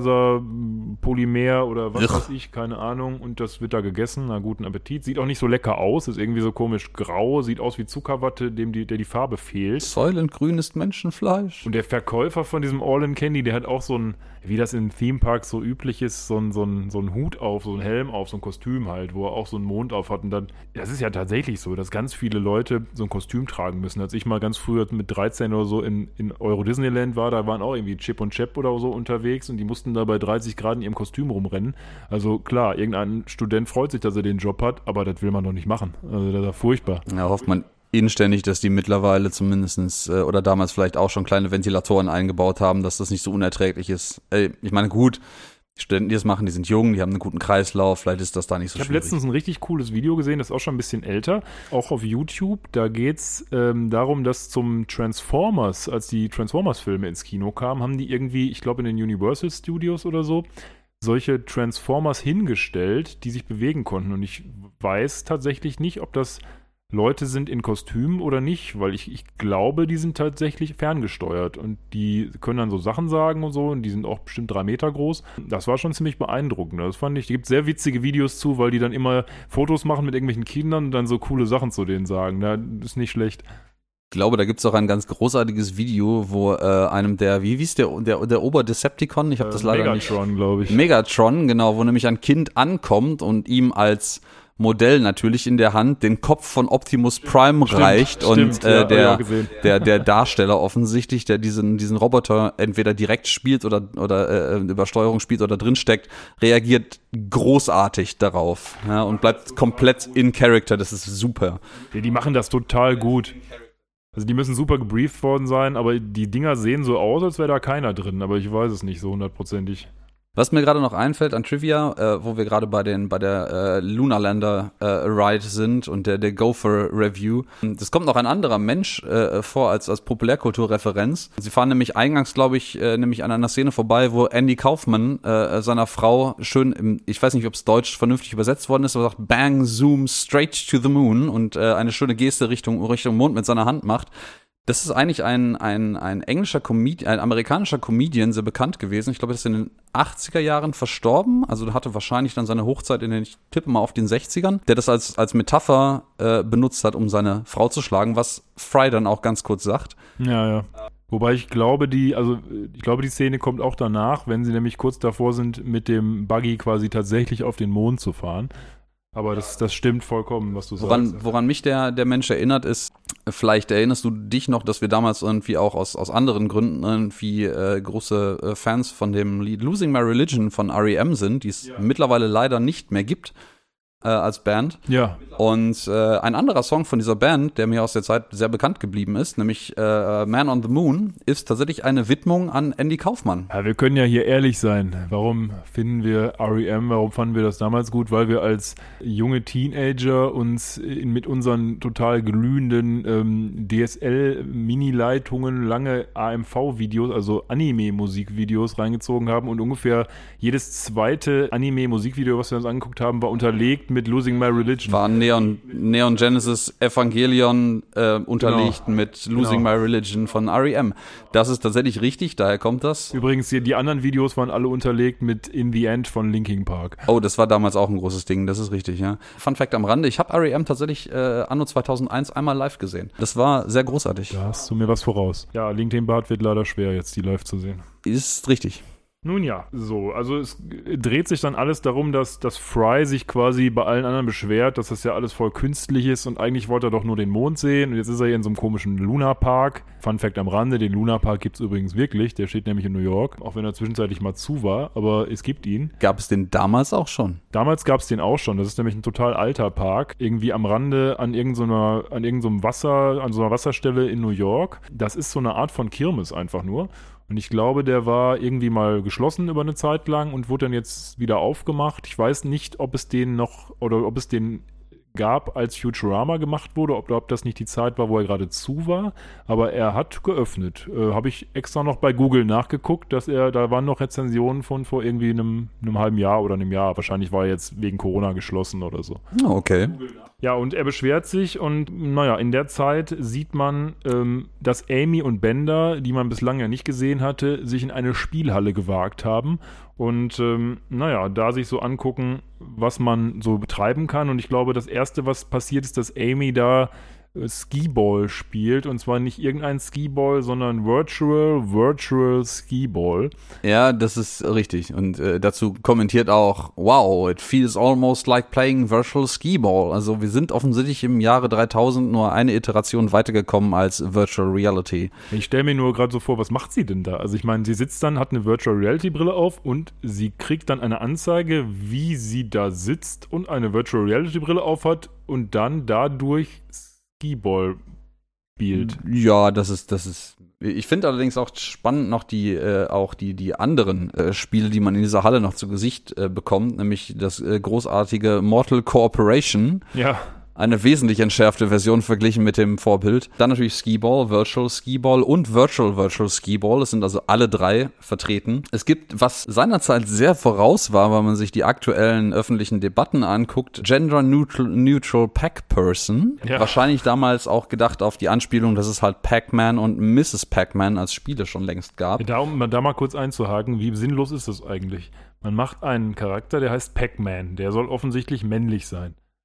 Kunstfaserpolymer oder was weiß ich, keine Ahnung. Und das wird da gegessen. Na, guten Appetit. Sieht auch nicht so lecker aus, ist irgendwie so komisch grau, sieht aus wie Zuckerwatte, dem die, der die Farbe fehlt. Säulengrün ist Menschenfleisch. Und der Verkäufer von diesem Orlan Candy, der hat auch so ein, wie das in Themeparks so üblich ist, so ein, so ein, so ein Hut auf, so ein Helm auf, so ein Kostüm halt, wo er auch so einen Mond auf hat. Und dann, das ist ja tatsächlich so, dass ganz viele Leute so ein Kostüm tragen müssen. Als ich mal ganz früher mit dreizehn oder so in, in Euro Disneyland war, da waren auch irgendwie Chip und Chap oder so unterwegs und die mussten da bei dreißig Grad in ihrem Kostüm rumrennen. Also klar, irgendein Student freut sich, dass er den Job hat, aber das will man doch nicht machen. Also das ist ja furchtbar. Ja, hofft man inständig, dass die mittlerweile zumindestens äh, oder damals vielleicht auch schon kleine Ventilatoren eingebaut haben, dass das nicht so unerträglich ist. Ey, ich meine, gut, die Studenten, die das machen, die sind jung, die haben einen guten Kreislauf, vielleicht ist das da nicht so ich schwierig. Ich habe letztens ein richtig cooles Video gesehen, das ist auch schon ein bisschen älter, auch auf YouTube. Da geht es ähm, darum, dass zum Transformers, als die Transformers-Filme ins Kino kamen, haben die irgendwie, ich glaube in den Universal Studios oder so, solche Transformers hingestellt, die sich bewegen konnten. Und ich weiß tatsächlich nicht, ob das Leute sind in Kostümen oder nicht, weil ich, ich glaube, die sind tatsächlich ferngesteuert und die können dann so Sachen sagen und so und die sind auch bestimmt drei Meter groß. Das war schon ziemlich beeindruckend. Das fand ich, da gibt es sehr witzige Videos zu, weil die dann immer Fotos machen mit irgendwelchen Kindern und dann so coole Sachen zu denen sagen. Das ist nicht schlecht. Ich glaube, da gibt es auch ein ganz großartiges Video, wo äh, einem der, wie hieß der, der, der Oberdecepticon? Ich habe das äh, leider Megatron, nicht. glaube ich. Megatron, genau, wo nämlich ein Kind ankommt und ihm als Modell natürlich in der Hand den Kopf von Optimus Prime Stimmt, reicht stimmt, und äh, ja, der, hab ich auch gesehen. der, der Darsteller offensichtlich, der diesen, diesen Roboter entweder direkt spielt oder, oder äh, über Steuerung spielt oder drinsteckt, reagiert großartig darauf, ja, und bleibt komplett in Character. Das ist super. Ja, die machen das total gut. Also die müssen super gebrieft worden sein, aber die Dinger sehen so aus, als wäre da keiner drin, aber ich weiß es nicht so hundertprozentig. Was mir gerade noch einfällt an Trivia, äh, wo wir gerade bei den bei der äh, Lunar Lander äh, Ride sind und der der Gopher Review. Das kommt noch ein anderer Mensch äh, vor als als Populärkulturreferenz. Sie fahren nämlich eingangs, glaube ich, äh, nämlich an einer Szene vorbei, wo Andy Kaufman äh, seiner Frau schön im, ich weiß nicht, ob es deutsch vernünftig übersetzt worden ist, aber sagt Bang, Zoom, straight to the moon und äh, eine schöne Geste Richtung Richtung Mond mit seiner Hand macht. Das ist eigentlich ein, ein, ein englischer Comedian, ein amerikanischer Comedian, sehr bekannt gewesen. Ich glaube, er ist in den achtziger Jahren verstorben. Also hatte wahrscheinlich dann seine Hochzeit in den, ich tippe mal auf den sechzigern, der das als, als Metapher äh, benutzt hat, um seine Frau zu schlagen, was Fry dann auch ganz kurz sagt. Ja, ja. Wobei ich glaube, die, also ich glaube, die Szene kommt auch danach, wenn sie nämlich kurz davor sind, mit dem Buggy quasi tatsächlich auf den Mond zu fahren. Aber das, das stimmt vollkommen, was du woran, sagst. Woran mich der, der Mensch erinnert ist, vielleicht erinnerst du dich noch, dass wir damals irgendwie auch aus, aus anderen Gründen irgendwie äh, große äh, Fans von dem Lied Losing My Religion von R E M sind, die es ja. mittlerweile leider nicht mehr gibt äh, als Band. Ja. Und äh, ein anderer Song von dieser Band, der mir aus der Zeit sehr bekannt geblieben ist, nämlich äh, Man on the Moon, ist tatsächlich eine Widmung an Andy Kaufman. Ja, wir können ja hier ehrlich sein. Warum finden wir R E M, warum fanden wir das damals gut? Weil wir als junge Teenager uns in, mit unseren total glühenden ähm, D S L-Mini-Leitungen lange A M V-Videos, also Anime-Musikvideos reingezogen haben und ungefähr jedes zweite Anime-Musikvideo, was wir uns angeguckt haben, war unterlegt mit Losing My Religion. War Neon, Neon Genesis Evangelion äh, unterlegt genau. mit Losing genau. My Religion von R E M. Das ist tatsächlich richtig, daher kommt das. Übrigens, die, die anderen Videos waren alle unterlegt mit In the End von Linkin Park. Oh, das war damals auch ein großes Ding, das ist richtig, ja. Fun Fact am Rande, ich habe R E M tatsächlich äh, anno zweitausendeins einmal live gesehen. Das war sehr großartig. Da hast du mir was voraus. Ja, Linkin Park wird leider schwer, jetzt die live zu sehen. Ist richtig. Nun ja, so, also es dreht sich dann alles darum, dass, dass Fry sich quasi bei allen anderen beschwert, dass das ja alles voll künstlich ist und eigentlich wollte er doch nur den Mond sehen und jetzt ist er hier in so einem komischen Lunar-Park. Fun Fact am Rande, den Lunar-Park gibt es übrigens wirklich, der steht nämlich in New York, auch wenn er zwischenzeitlich mal zu war, aber es gibt ihn. Gab es den damals auch schon? Damals gab es den auch schon, das ist nämlich ein total alter Park, irgendwie am Rande an irgendeiner, an irgendeinem Wasser, an so einer Wasserstelle in New York. Das ist so eine Art von Kirmes einfach nur. Und ich glaube, der war irgendwie mal geschlossen über eine Zeit lang und wurde dann jetzt wieder aufgemacht. Ich weiß nicht, ob es den noch oder ob es den gab, als Futurama gemacht wurde, ob, ob das nicht die Zeit war, wo er gerade zu war. Aber er hat geöffnet. Äh, Habe ich extra noch bei Google nachgeguckt, dass er, da waren noch Rezensionen von vor irgendwie einem, einem halben Jahr oder einem Jahr. Wahrscheinlich war er jetzt wegen Corona geschlossen oder so. Oh, okay. Ja, und er beschwert sich und naja, in der Zeit sieht man, ähm, dass Amy und Bender, die man bislang ja nicht gesehen hatte, sich in eine Spielhalle gewagt haben und ähm, naja, da sich so angucken, was man so betreiben kann. Und ich glaube, das Erste, was passiert, ist, dass Amy da Skee-Ball spielt und zwar nicht irgendein Skee-Ball, sondern Virtual, Virtual Skee-Ball. Ja, das ist richtig und äh, dazu kommentiert auch, wow, it feels almost like playing Virtual Skee-Ball. Also wir sind offensichtlich im Jahre dreitausend nur eine Iteration weitergekommen als Virtual Reality. Ich stelle mir nur gerade so vor, was macht sie denn da? Also ich meine, sie sitzt dann, hat eine Virtual Reality Brille auf und sie kriegt dann eine Anzeige, wie sie da sitzt und eine Virtual Reality Brille auf hat und dann dadurch Skee-Ball spielt. Ja, das ist, das ist. Ich finde allerdings auch spannend noch die, äh, auch die, die anderen äh, Spiele, die man in dieser Halle noch zu Gesicht äh, bekommt, nämlich das äh, großartige Mortal Corporation. Ja. Eine wesentlich entschärfte Version verglichen mit dem Vorbild. Dann natürlich Skee-Ball, Virtual Skee-Ball und Virtual Virtual Skee-Ball. Es sind also alle drei vertreten. Es gibt, was seinerzeit sehr voraus war, wenn man sich die aktuellen öffentlichen Debatten anguckt, Gender Neutral, Neutral Pac-Person. Ja. Wahrscheinlich damals auch gedacht auf die Anspielung, dass es halt Pac-Man und Misses Pac-Man als Spiele schon längst gab. Da, um da mal kurz einzuhaken, wie sinnlos ist das eigentlich? Man macht einen Charakter, der heißt Pac-Man. Der soll offensichtlich männlich sein.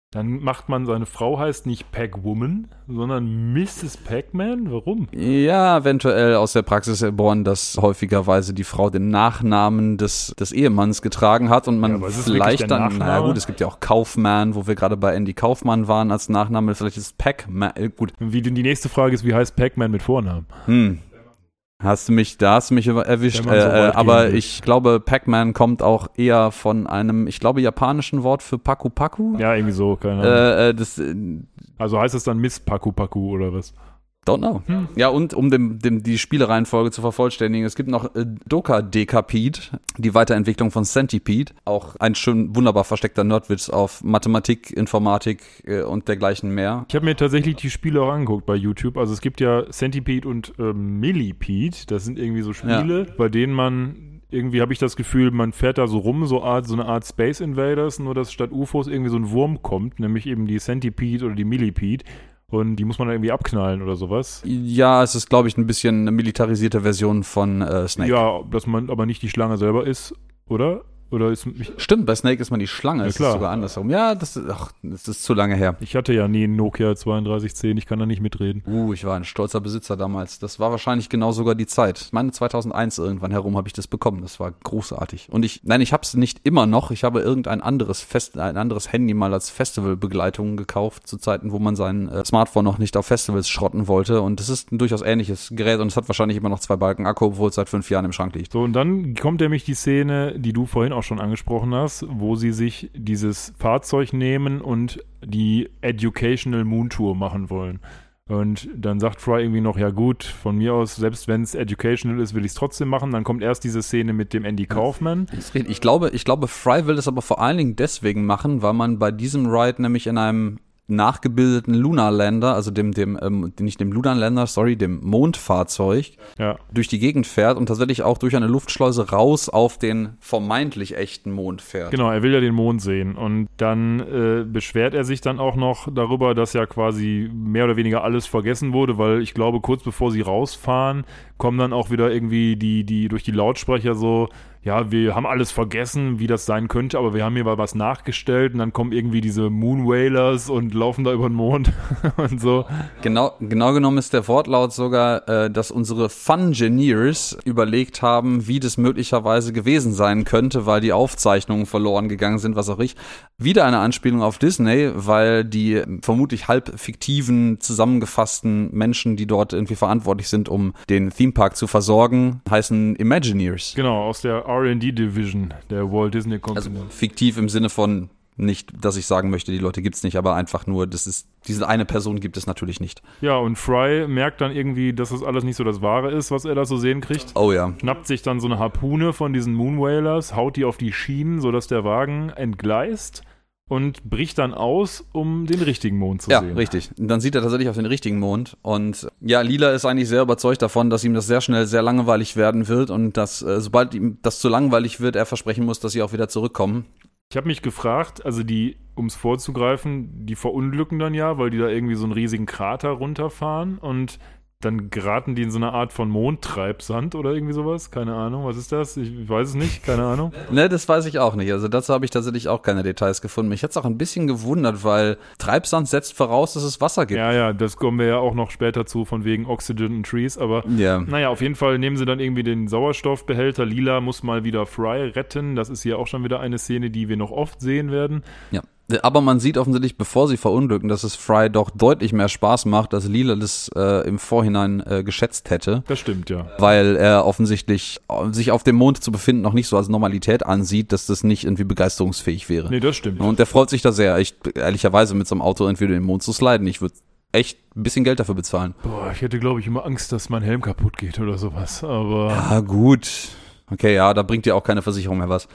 Dann macht man, seine Frau heißt nicht Pac-Woman, sondern Misses Pac-Man? Warum? Ja, eventuell aus der Praxis geboren, dass häufigerweise die Frau den Nachnamen des, des Ehemanns getragen hat und man Ja, vielleicht dann, naja gut, es gibt ja auch Kaufmann, wo wir gerade bei Andy Kaufmann waren als Nachname, vielleicht ist Pac-Man, äh, gut. Wie, die nächste Frage ist, wie heißt Pac-Man mit Vornamen? Hm. Hast du mich, da hast du mich erwischt, so äh, äh, aber will. ich glaube, Pac-Man kommt auch eher von einem, ich glaube, japanischen Wort für Paku Paku. Ja, irgendwie so, keine Ahnung. Äh, äh, das, äh, also heißt es dann Miss Paku Paku oder was? Don't know. Hm. Ja, und um dem, dem, die Spielereihenfolge zu vervollständigen, es gibt noch äh, Dokadekapede, die Weiterentwicklung von Centipede. Auch ein schön wunderbar versteckter Nerdwitz auf Mathematik, Informatik äh, und dergleichen mehr. Ich habe mir tatsächlich die Spiele auch angeguckt bei YouTube. Also es gibt ja Centipede und äh, Millipede. Das sind irgendwie so Spiele, ja. bei denen man irgendwie, habe ich das Gefühl, man fährt da so rum, so, Art, so eine Art Space Invaders, nur dass statt U F Os irgendwie so ein Wurm kommt, nämlich eben die Centipede oder die Millipede. Und die muss man dann irgendwie abknallen oder sowas. Ja, es ist, glaube ich, ein bisschen eine militarisierte Version von äh, Snake. Ja, dass man aber nicht die Schlange selber ist, oder? Oder ist mich Stimmt, bei Snake ist man die Schlange, ja, es klar. ist sogar andersrum. Ja, das ist, ach, das ist zu lange her. Ich hatte ja nie einen Nokia zweiunddreißig zehn, ich kann da nicht mitreden. Uh, ich war ein stolzer Besitzer damals. Das war wahrscheinlich genau sogar die Zeit. Ich meine, zweitausendeins irgendwann herum habe ich das bekommen. Das war großartig. Und ich, nein, ich habe es nicht immer noch. Ich habe irgendein anderes Fest, ein anderes Handy mal als Festivalbegleitung gekauft, zu Zeiten, wo man sein äh, Smartphone noch nicht auf Festivals schrotten wollte. Und das ist ein durchaus ähnliches Gerät und es hat wahrscheinlich immer noch zwei Balken Akku, obwohl es seit fünf Jahren im Schrank liegt. So, und dann kommt nämlich die Szene, die du vorhin auch schon angesprochen hast, wo sie sich dieses Fahrzeug nehmen und die Educational Moon Tour machen wollen. Und dann sagt Fry irgendwie noch, ja gut, von mir aus, selbst wenn es educational ist, will ich es trotzdem machen. Dann kommt erst diese Szene mit dem Andy Kaufman. Ich glaube, ich glaube, Fry will das aber vor allen Dingen deswegen machen, weil man bei diesem Ride nämlich in einem nachgebildeten Lunar Lander, also dem, dem, ähm, nicht dem Lunar Lander, sorry, dem Mondfahrzeug, ja. durch die Gegend fährt und tatsächlich auch durch eine Luftschleuse raus auf den vermeintlich echten Mond fährt. Genau, er will ja den Mond sehen und dann äh, beschwert er sich dann auch noch darüber, dass ja quasi mehr oder weniger alles vergessen wurde, weil ich glaube, kurz bevor sie rausfahren, kommen dann auch wieder irgendwie die, die durch die Lautsprecher so, ja, wir haben alles vergessen, wie das sein könnte, aber wir haben hier mal was nachgestellt und dann kommen irgendwie diese Moon Whalers und laufen da über den Mond und so. Genau, genau genommen ist der Wortlaut sogar, äh, dass unsere Fungineers überlegt haben, wie das möglicherweise gewesen sein könnte, weil die Aufzeichnungen verloren gegangen sind, was auch ich. Wieder eine Anspielung auf Disney, weil die vermutlich halb fiktiven, zusammengefassten Menschen, die dort irgendwie verantwortlich sind, um den Themepark zu versorgen, heißen Imagineers. Genau, aus der R and D Division der Walt Disney Company. Also fiktiv im Sinne von nicht, dass ich sagen möchte, die Leute gibt's nicht, aber einfach nur, das ist, diese eine Person gibt es natürlich nicht. Ja, und Fry merkt dann irgendwie, dass das alles nicht so das Wahre ist, was er da so sehen kriegt. Oh ja. Schnappt sich dann so eine Harpune von diesen Moon Whalers, haut die auf die Schienen, sodass der Wagen entgleist und bricht dann aus, um den richtigen Mond zu ja, sehen. Ja, richtig. Und dann sieht er tatsächlich auf den richtigen Mond. Und ja, Lila ist eigentlich sehr überzeugt davon, dass ihm das sehr schnell sehr langweilig werden wird und dass, äh, sobald ihm das zu langweilig wird, er versprechen muss, dass sie auch wieder zurückkommen. Ich habe mich gefragt, also die, um es vorzugreifen, die verunglücken dann ja, weil die da irgendwie so einen riesigen Krater runterfahren und dann geraten die in so eine Art von Mondtreibsand oder irgendwie sowas. Keine Ahnung, was ist das? Ich weiß es nicht, keine Ahnung. Ne, das weiß ich auch nicht. Also dazu habe ich tatsächlich auch keine Details gefunden. Mich hätte es auch ein bisschen gewundert, weil Treibsand setzt voraus, dass es Wasser gibt. Ja, ja, das kommen wir ja auch noch später zu, von wegen Oxygen und Trees. Aber ja. Naja, auf jeden Fall nehmen sie dann irgendwie den Sauerstoffbehälter. Lila muss mal wieder Fry retten. Das ist hier auch schon wieder eine Szene, die wir noch oft sehen werden. Ja. Aber man sieht offensichtlich, bevor sie verunglücken, dass es Fry doch deutlich mehr Spaß macht, als Lila das äh, im Vorhinein äh, geschätzt hätte. Das stimmt, ja. Weil er offensichtlich sich auf dem Mond zu befinden noch nicht so als Normalität ansieht, dass das nicht irgendwie begeisterungsfähig wäre. Nee, das stimmt. Und er freut sich da sehr, ich, ehrlicherweise mit so einem Auto irgendwie den Mond zu sliden. Ich würde echt ein bisschen Geld dafür bezahlen. Boah, ich hätte, glaube ich, immer Angst, dass mein Helm kaputt geht oder sowas. Aber ja, gut. Okay, ja, da bringt dir auch keine Versicherung mehr was.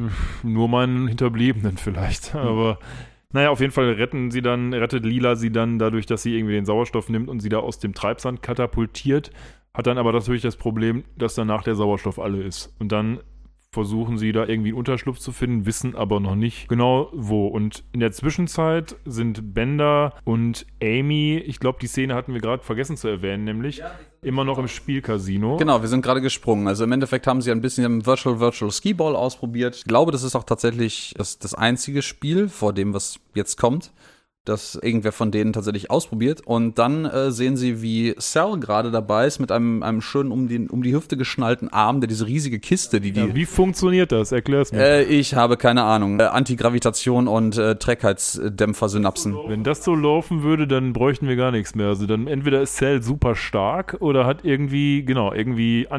Nur meinen Hinterbliebenen vielleicht, aber naja, auf jeden Fall retten sie dann, rettet Lila sie dann dadurch, dass sie irgendwie den Sauerstoff nimmt und sie da aus dem Treibsand katapultiert, hat dann aber natürlich das Problem, dass danach der Sauerstoff alle ist und dann versuchen sie da irgendwie einen Unterschlupf zu finden, wissen aber noch nicht genau wo. Und in der Zwischenzeit sind Bender und Amy, ich glaube, die Szene hatten wir gerade vergessen zu erwähnen, nämlich immer noch im Spielcasino. Genau, wir sind gerade gesprungen. Also im Endeffekt haben sie ein bisschen Virtual Virtual Skee-Ball ausprobiert. Ich glaube, das ist auch tatsächlich das, das einzige Spiel vor dem, was jetzt kommt, das irgendwer von denen tatsächlich ausprobiert. Und dann äh, sehen sie, wie Sal gerade dabei ist mit einem, einem schönen um die, um die Hüfte geschnallten Arm, der diese riesige Kiste, die die... Ja, wie funktioniert das? Erklär's mir. Äh, ich habe keine Ahnung. Äh, Antigravitation und äh, Trägheitsdämpfer-Synapsen. Wenn das so laufen würde, dann bräuchten wir gar nichts mehr. Also dann entweder ist Cell super stark oder hat irgendwie, genau, irgendwie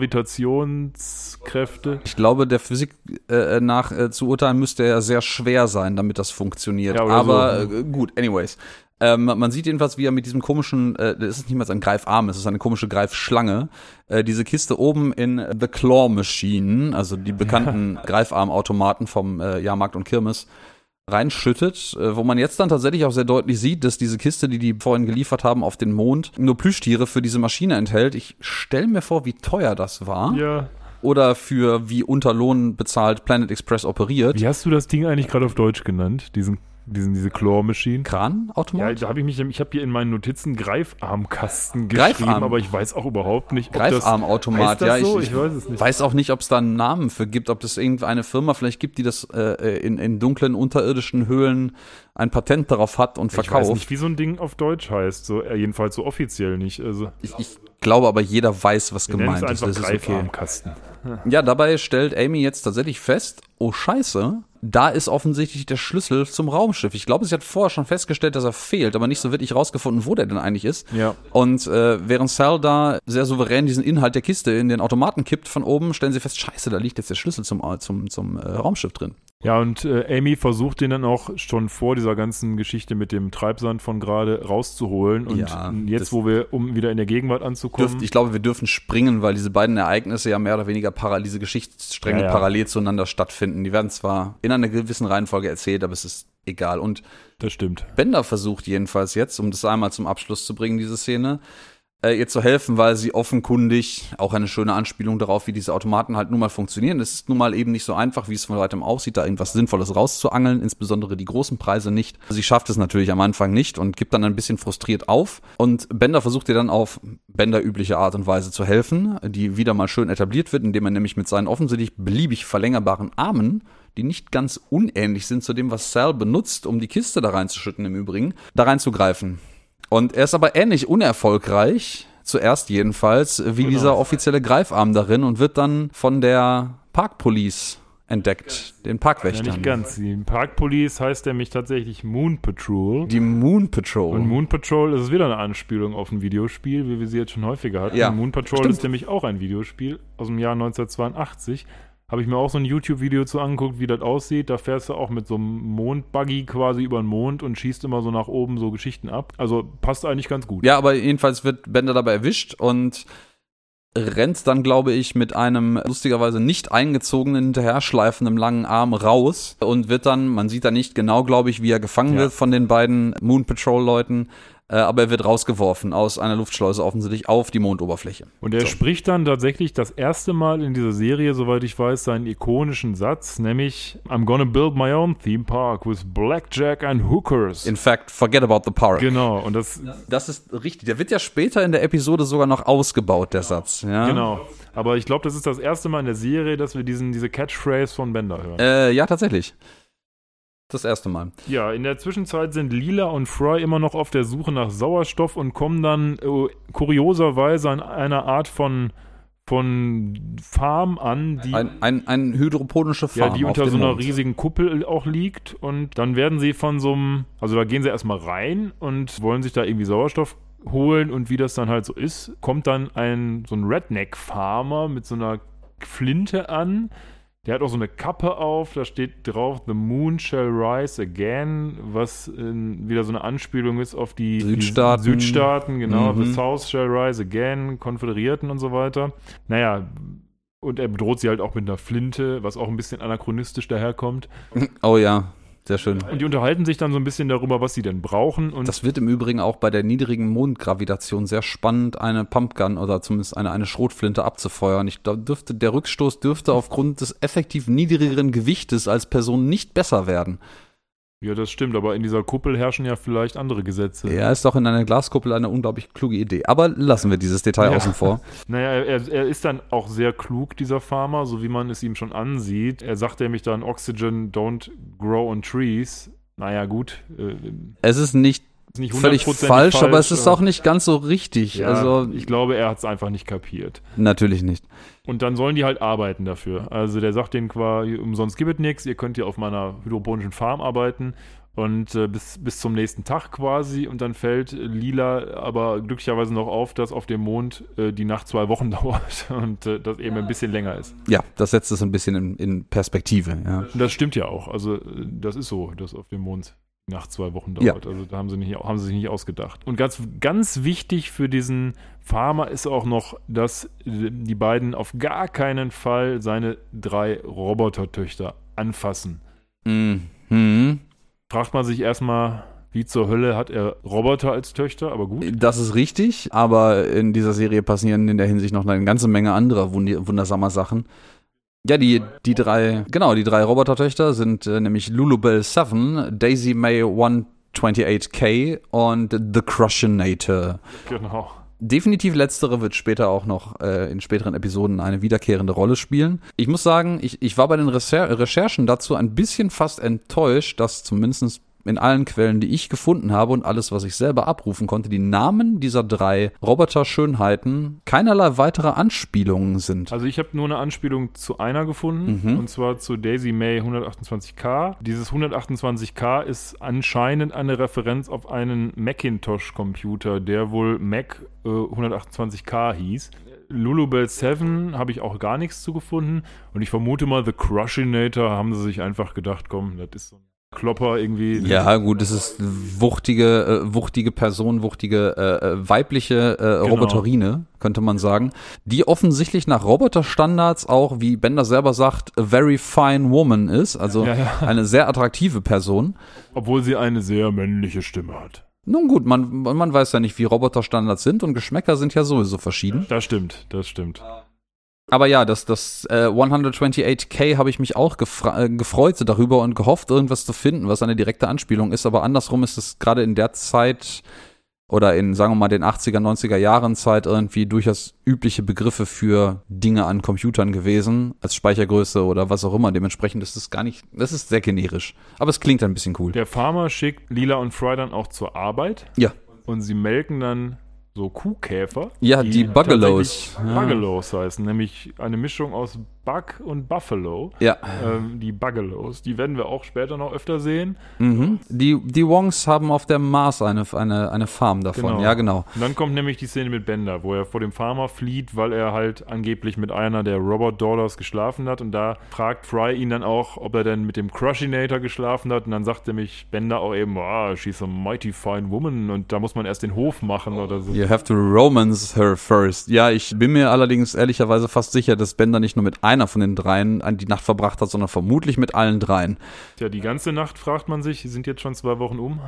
Antigravitationskräfte. Ich glaube, der Physik äh, nach äh, zu urteilen müsste er sehr schwer sein, damit das funktioniert. Ja, aber so. äh, gut, anyways. Ähm, man sieht jedenfalls, wie er mit diesem komischen, äh, das ist nicht mal ein Greifarm, es ist eine komische Greifschlange, äh, diese Kiste oben in The Claw Machine, also die bekannten ja. Greifarmautomaten vom äh, Jahrmarkt und Kirmes, reinschüttet, äh, wo man jetzt dann tatsächlich auch sehr deutlich sieht, dass diese Kiste, die die vorhin geliefert haben auf den Mond, nur Plüschtiere für diese Maschine enthält. Ich stelle mir vor, wie teuer das war. Ja. Oder für wie unter Lohn bezahlt Planet Express operiert. Wie hast du das Ding eigentlich gerade auf Deutsch genannt? Diesen, diesen diese Claw Machine? Kranautomat? Ja, da habe ich mich, ich habe hier in meinen Notizen Greifarmkasten geschrieben, Greifarm. Aber ich weiß auch überhaupt nicht, ob Greifarmautomat, das, ja, das so? ich, ich weiß es nicht. weiß auch nicht, ob es da einen Namen für gibt, ob es irgendeine Firma vielleicht gibt, die das äh, in, in dunklen unterirdischen Höhlen ein Patent darauf hat und verkauft. Ich weiß nicht, wie so ein Ding auf Deutsch heißt, so äh, jedenfalls so offiziell nicht. Also ich, ich glaube aber, jeder weiß, was wir gemeint es ist. einfach Das ist okay. Greifarmkasten. Ja, dabei stellt Amy jetzt tatsächlich fest, oh Scheiße, da ist offensichtlich der Schlüssel zum Raumschiff. Ich glaube, sie hat vorher schon festgestellt, dass er fehlt, aber nicht so wirklich rausgefunden, wo der denn eigentlich ist. Ja. Und äh, während Sal da sehr souverän diesen Inhalt der Kiste in den Automaten kippt von oben, stellen sie fest, Scheiße, da liegt jetzt der Schlüssel zum, zum, zum äh, Raumschiff drin. Ja, und äh, Amy versucht den dann auch schon vor dieser ganzen Geschichte mit dem Treibsand von gerade rauszuholen. Und ja, jetzt, wo wir, um wieder in der Gegenwart anzukommen. Dürft, ich glaube, wir dürfen springen, weil diese beiden Ereignisse ja mehr oder weniger parallel, diese Geschichtsstränge ja, ja. parallel zueinander stattfinden. Die werden zwar in einer gewissen Reihenfolge erzählt, aber es ist egal. Und das stimmt. Bender versucht jedenfalls jetzt, um das einmal zum Abschluss zu bringen, diese Szene, äh, ihr zu helfen, weil sie offenkundig, auch eine schöne Anspielung darauf, wie diese Automaten halt nun mal funktionieren. Es ist nun mal eben nicht so einfach, wie es von weitem aussieht, da irgendwas Sinnvolles rauszuangeln, insbesondere die großen Preise nicht. Sie schafft es natürlich am Anfang nicht und gibt dann ein bisschen frustriert auf. Und Bender versucht ihr dann auf Bender übliche Art und Weise zu helfen, die wieder mal schön etabliert wird, indem er nämlich mit seinen offensichtlich beliebig verlängerbaren Armen, die nicht ganz unähnlich sind zu dem, was Sal benutzt, um die Kiste da reinzuschütten im Übrigen, da reinzugreifen. Und er ist aber ähnlich unerfolgreich, zuerst jedenfalls, wie genau. dieser offizielle Greifarm darin und wird dann von der Parkpolice entdeckt, den Parkwächtern. Ja, nicht ganz. Die Parkpolice heißt nämlich tatsächlich Moon Patrol. Die Moon Patrol. Und Moon Patrol ist wieder eine Anspielung auf ein Videospiel, wie wir sie jetzt schon häufiger hatten. Ja, Moon Patrol stimmt. ist nämlich auch ein Videospiel aus dem Jahr neunzehnhundertzweiundachtzig. Habe ich mir auch so ein YouTube-Video zu angeguckt, wie das aussieht. Da fährst du auch mit so einem Mondbuggy quasi über den Mond und schießt immer so nach oben so Geschichten ab. Also passt eigentlich ganz gut. Ja, aber jedenfalls wird Bender dabei erwischt und rennt dann, glaube ich, mit einem lustigerweise nicht eingezogenen, hinterherschleifenden langen Arm raus und wird dann, man sieht da nicht genau, glaube ich, wie er gefangen Ja. wird von den beiden Moon Patrol-Leuten, äh, aber er wird rausgeworfen aus einer Luftschleuse offensichtlich auf die Mondoberfläche. Und er So. spricht dann tatsächlich das erste Mal in dieser Serie, soweit ich weiß, seinen ikonischen Satz, nämlich I'm gonna build my own theme park with blackjack and hookers. In fact, forget about the park. Genau, und das, Das ist richtig. Der wird ja später in der Episode sogar noch ausgebaut, der Satz. Ja, genau. Aber ich glaube, das ist das erste Mal in der Serie, dass wir diesen, diese Catchphrase von Bender hören. Äh, ja, tatsächlich. Das erste Mal. Ja, in der Zwischenzeit sind Leela und Fry immer noch auf der Suche nach Sauerstoff und kommen dann äh, kurioserweise an einer Art von, von Farm an, die, Ein, ein, ein hydroponische Farm ja, die auf unter dem so einer Mond. riesigen Kuppel auch liegt. Und dann werden sie von so einem, also da gehen sie erstmal rein und wollen sich da irgendwie Sauerstoff holen. Und wie das dann halt so ist, kommt dann ein so ein Redneck-Farmer mit so einer Flinte an. Der hat auch so eine Kappe auf, da steht drauf The Moon shall rise again, was äh, wieder so eine Anspielung ist auf die Südstaaten. Die Südstaaten, genau. Mhm. The South shall rise again, Konföderierten und so weiter. Naja, und er bedroht sie halt auch mit einer Flinte, was auch ein bisschen anachronistisch daherkommt. Oh ja. sehr schön. Und die unterhalten sich dann so ein bisschen darüber, was sie denn brauchen. Und das wird im Übrigen auch bei der niedrigen Mondgravitation sehr spannend, eine Pumpgun oder zumindest eine, eine Schrotflinte abzufeuern. Ich glaube, dürfte, der Rückstoß dürfte aufgrund des effektiv niedrigeren Gewichtes als Person nicht besser werden. Ja, das stimmt, aber in dieser Kuppel herrschen ja vielleicht andere Gesetze. Ja, ist doch in einer Glaskuppel eine unglaublich kluge Idee. Aber lassen wir dieses Detail ja. außen vor. Naja, er, er ist dann auch sehr klug, dieser Farmer, so wie man es ihm schon ansieht. Er sagt nämlich dann, Oxygen don't grow on trees. Naja, gut. Äh, es ist nicht, ist nicht völlig falsch, falsch, aber es ist auch nicht ganz so richtig. Ja, also, ich glaube, er hat es einfach nicht kapiert. Natürlich nicht. Und dann sollen die halt arbeiten dafür. Also der sagt denen quasi, umsonst gibt es nichts, ihr könnt hier auf meiner hydroponischen Farm arbeiten und äh, bis, bis zum nächsten Tag quasi. Und dann fällt Lila aber glücklicherweise noch auf, dass auf dem Mond äh, die Nacht zwei Wochen dauert und äh, das eben ein bisschen länger ist. Ja, das setzt es ein bisschen in, in Perspektive. Ja. Und das stimmt ja auch. Also das ist so, dass auf dem Mond nach zwei Wochen dauert. Ja. Also da haben sie, nicht, haben sie sich nicht ausgedacht. Und ganz, ganz wichtig für diesen Farmer ist auch noch, dass die beiden auf gar keinen Fall seine drei Robotertöchter anfassen. Mhm. Fragt man sich erstmal, wie zur Hölle hat er Roboter als Töchter, aber gut. Das ist richtig, aber in dieser Serie passieren in der Hinsicht noch eine ganze Menge anderer wund- wundersamer Sachen. Ja, die, die drei, genau, die drei Robotertöchter sind äh, nämlich Lulubelle sieben, Daisy May hundertachtundzwanzig K und The Crushinator. Genau. Definitiv letztere wird später auch noch äh, in späteren Episoden eine wiederkehrende Rolle spielen. Ich muss sagen, ich, ich war bei den Recher- Recherchen dazu ein bisschen fast enttäuscht, dass zumindest in allen Quellen, die ich gefunden habe und alles, was ich selber abrufen konnte, die Namen dieser drei Roboter-Schönheiten keinerlei weitere Anspielungen sind. Also ich habe nur eine Anspielung zu einer gefunden, Mhm. und zwar zu Daisy May hundertachtundzwanzig K. Dieses hundertachtundzwanzig K ist anscheinend eine Referenz auf einen Macintosh-Computer, der wohl Mac äh, hundertachtundzwanzig K hieß. Lulubelle sieben habe ich auch gar nichts zu gefunden und ich vermute mal, The Crushinator haben sie sich einfach gedacht, komm, das ist so ein Klopper irgendwie. Ja, gut, das ist wuchtige, äh, wuchtige Person, wuchtige äh, weibliche äh, Genau. Roboterine, könnte man sagen, die offensichtlich nach Roboterstandards auch, wie Bender selber sagt, a very fine woman ist, also Ja, ja. eine sehr attraktive Person. Obwohl sie eine sehr männliche Stimme hat. Nun gut, man, man weiß ja nicht, wie Roboterstandards sind und Geschmäcker sind ja sowieso verschieden. Das stimmt, das stimmt. Aber ja, das, das äh, hundertachtundzwanzig K habe ich mich auch gefra- äh, gefreut darüber und gehofft, irgendwas zu finden, was eine direkte Anspielung ist. Aber andersrum ist es gerade in der Zeit oder in, sagen wir mal, den achtziger, neunziger Jahren Zeit irgendwie durchaus übliche Begriffe für Dinge an Computern gewesen, als Speichergröße oder was auch immer. Dementsprechend ist es gar nicht, das ist sehr generisch. Aber es klingt ein bisschen cool. Der Farmer schickt Lila und Fry dann auch zur Arbeit. Ja. Und sie melken dann so Kuhkäfer. Ja, die Bugalows. tatsächlich Bugalows heißen, nämlich eine Mischung aus Bug und Buffalo. Ja. Ähm, die Bugalows, die werden wir auch später noch öfter sehen. Mhm. Die, die Wongs haben auf dem Mars eine, eine, eine Farm davon. Genau. Ja, genau. Und dann kommt nämlich die Szene mit Bender, wo er vor dem Farmer flieht, weil er halt angeblich mit einer der Robot-Daughters geschlafen hat. Und da fragt Fry ihn dann auch, ob er denn mit dem Crushinator geschlafen hat. Und dann sagt nämlich Bender auch eben, ah, she's a mighty fine woman. Und da muss man erst den Hof machen oder so. You have to romance her first. Ja, ich bin mir allerdings ehrlicherweise fast sicher, dass Bender nicht nur mit einer von den dreien die Nacht verbracht hat, sondern vermutlich mit allen dreien. Tja, die ganze Nacht fragt man sich, sind jetzt schon zwei Wochen um?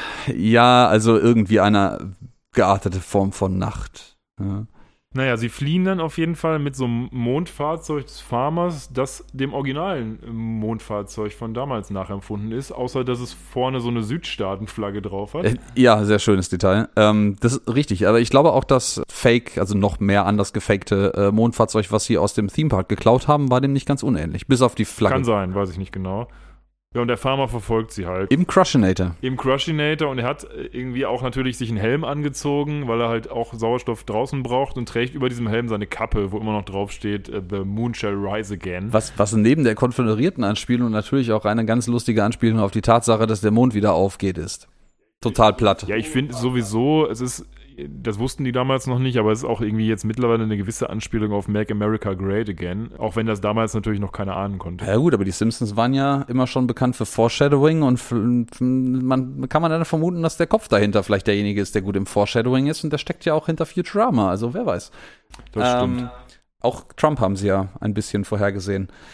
Ja, also irgendwie eine geartete Form von Nacht. Ja. Naja, sie fliehen dann auf jeden Fall mit so einem Mondfahrzeug des Farmers, das dem originalen Mondfahrzeug von damals nachempfunden ist, außer dass es vorne so eine Südstaatenflagge drauf hat. Äh, Ja, sehr schönes Detail. Ähm, das ist richtig, aber ich glaube auch, das Fake, also noch mehr anders gefakte äh, Mondfahrzeug, was sie aus dem Themepark geklaut haben, war dem nicht ganz unähnlich, bis auf die Flagge. Kann sein, weiß ich nicht genau. Ja, und der Farmer verfolgt sie halt. Im Crushinator. Im Crushinator, und er hat irgendwie auch natürlich sich einen Helm angezogen, weil er halt auch Sauerstoff draußen braucht, und trägt über diesem Helm seine Kappe, wo immer noch drauf steht, uh, The Moon shall rise again. Was, was neben der konföderierten Anspielung natürlich auch eine ganz lustige Anspielung auf die Tatsache, dass der Mond wieder aufgeht, ist. Total platt. Ja, ich finde sowieso, es ist, das wussten die damals noch nicht, aber es ist auch irgendwie jetzt mittlerweile eine gewisse Anspielung auf Make America Great Again, auch wenn das damals natürlich noch keiner ahnen konnte. Ja gut, aber die Simpsons waren ja immer schon bekannt für Foreshadowing und f- f- man kann man dann vermuten, dass der Kopf dahinter vielleicht derjenige ist, der gut im Foreshadowing ist, und der steckt ja auch hinter Futurama, also wer weiß. Das stimmt. Ähm, auch Trump haben sie ja ein bisschen vorhergesehen.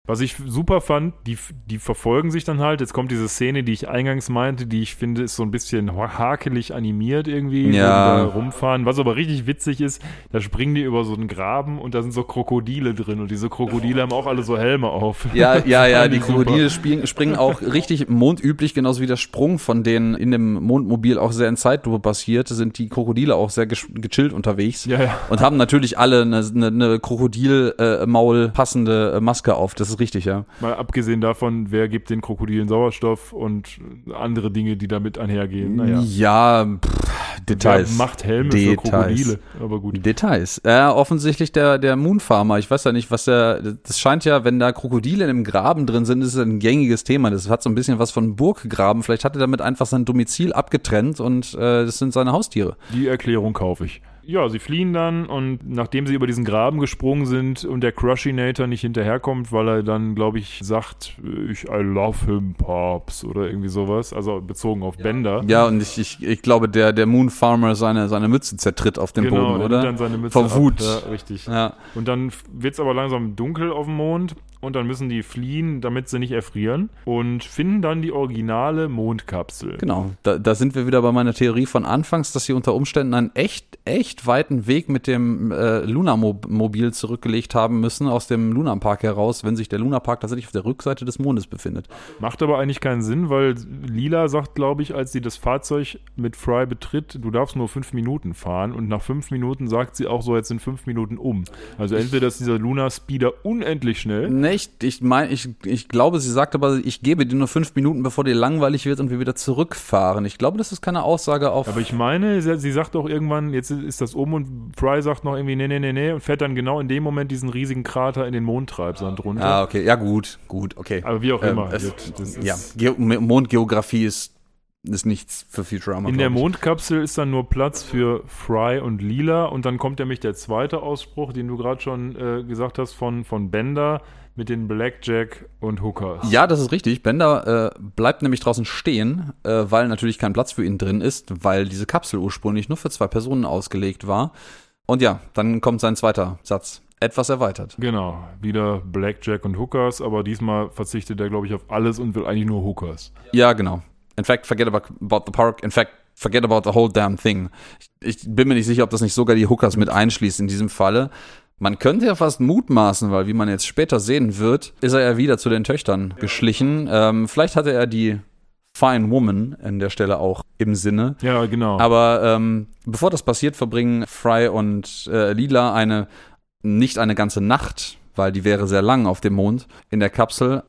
Was ich super fand, die, die verfolgen sich dann halt. Jetzt kommt diese Szene, die ich eingangs meinte, die ich finde, ist so ein bisschen hakelig animiert irgendwie, ja. wo die da rumfahren. Was aber richtig witzig ist, da springen die über so einen Graben und da sind so Krokodile drin und diese Krokodile haben auch alle so Helme auf. Ja, ja, ja, die Krokodile springen, springen auch richtig mondüblich, genauso wie der Sprung von denen in dem Mondmobil auch sehr in Zeitlupe passiert, sind die Krokodile auch sehr gechillt unterwegs ja, ja. und haben natürlich alle eine, eine, eine Krokodil-Maul passende Maske auf. Das ist richtig, ja. Mal abgesehen davon, wer gibt den Krokodilen Sauerstoff und andere Dinge, die damit einhergehen. Naja. Ja, pff, Details. Wer macht Helme Details. für Krokodile, aber gut. Details. Äh, offensichtlich der, der Moonfarmer. Ich weiß ja nicht, was der, das scheint ja, wenn da Krokodile in einem Graben drin sind, ist es ein gängiges Thema. Das hat so ein bisschen was von Burggraben. Vielleicht hat er damit einfach sein Domizil abgetrennt und äh, das sind seine Haustiere. Die Erklärung kaufe ich. Ja, sie fliehen dann und nachdem sie über diesen Graben gesprungen sind und der Crushinator nicht hinterherkommt, weil er dann, glaube ich, sagt, ich I love him, Pops oder irgendwie sowas, also bezogen auf ja. Bender. Ja, und ich, ich, ich glaube, der, der Moonfarmer seine, seine Mütze zertritt auf dem genau, Boden, oder? Genau, dann seine Mütze Vor Wut. Ab. Ja, richtig. Ja. Und dann wird es aber langsam dunkel auf dem Mond und dann müssen die fliehen, damit sie nicht erfrieren und finden dann die originale Mondkapsel. Genau, da, da sind wir wieder bei meiner Theorie von anfangs, dass sie unter Umständen einen echt, echt weiten Weg mit dem äh, Lunar-Mobil zurückgelegt haben müssen, aus dem Lunar-Park heraus, wenn sich der Lunar-Park tatsächlich auf der Rückseite des Mondes befindet. Macht aber eigentlich keinen Sinn, weil Lila sagt, glaube ich, als sie das Fahrzeug mit Fry betritt, du darfst nur fünf Minuten fahren und nach fünf Minuten sagt sie auch so, jetzt sind fünf Minuten um. Also entweder ist dieser Lunar-Speeder unendlich schnell. Nee, ich, ich meine, ich, ich glaube, sie sagt aber, ich gebe dir nur fünf Minuten, bevor dir langweilig wird und wir wieder zurückfahren. Ich glaube, das ist keine Aussage auf... Aber ich meine, sie, sie sagt auch irgendwann, jetzt ist das um und Fry sagt noch irgendwie, nee, nee, nee, nee und fährt dann genau in dem Moment diesen riesigen Krater in den Mondtreibsand runter. Ah, okay, ja gut, gut, okay. Aber wie auch immer. Ähm, es, das ist ja, Ge- Mondgeografie ist, ist nichts für Futurama. In der Mondkapsel ist dann nur Platz für Fry und Lila und dann kommt nämlich der zweite Ausspruch, den du gerade schon äh, gesagt hast, von, von Bender mit den Blackjack und Hookers. Ja, das ist richtig. Bender äh, bleibt nämlich draußen stehen, äh, weil natürlich kein Platz für ihn drin ist, weil diese Kapsel ursprünglich nur für zwei Personen ausgelegt war. Und ja, dann kommt sein zweiter Satz. Etwas erweitert. Genau, wieder Blackjack und Hookers, aber diesmal verzichtet er, glaube ich, auf alles und will eigentlich nur Hookers. Ja, genau. In fact, forget about, about the park. In fact, forget about the whole damn thing. Ich, ich bin mir nicht sicher, ob das nicht sogar die Hookers mit einschließt in diesem Falle. Man könnte ja fast mutmaßen, weil wie man jetzt später sehen wird, ist er ja wieder zu den Töchtern geschlichen. Ähm, vielleicht hatte er die Fine Woman an der Stelle auch im Sinne. Ja, genau. Aber ähm, bevor das passiert, verbringen Fry und äh, Lila eine, nicht eine ganze Nacht, weil die wäre sehr lang auf dem Mond, in der Kapsel,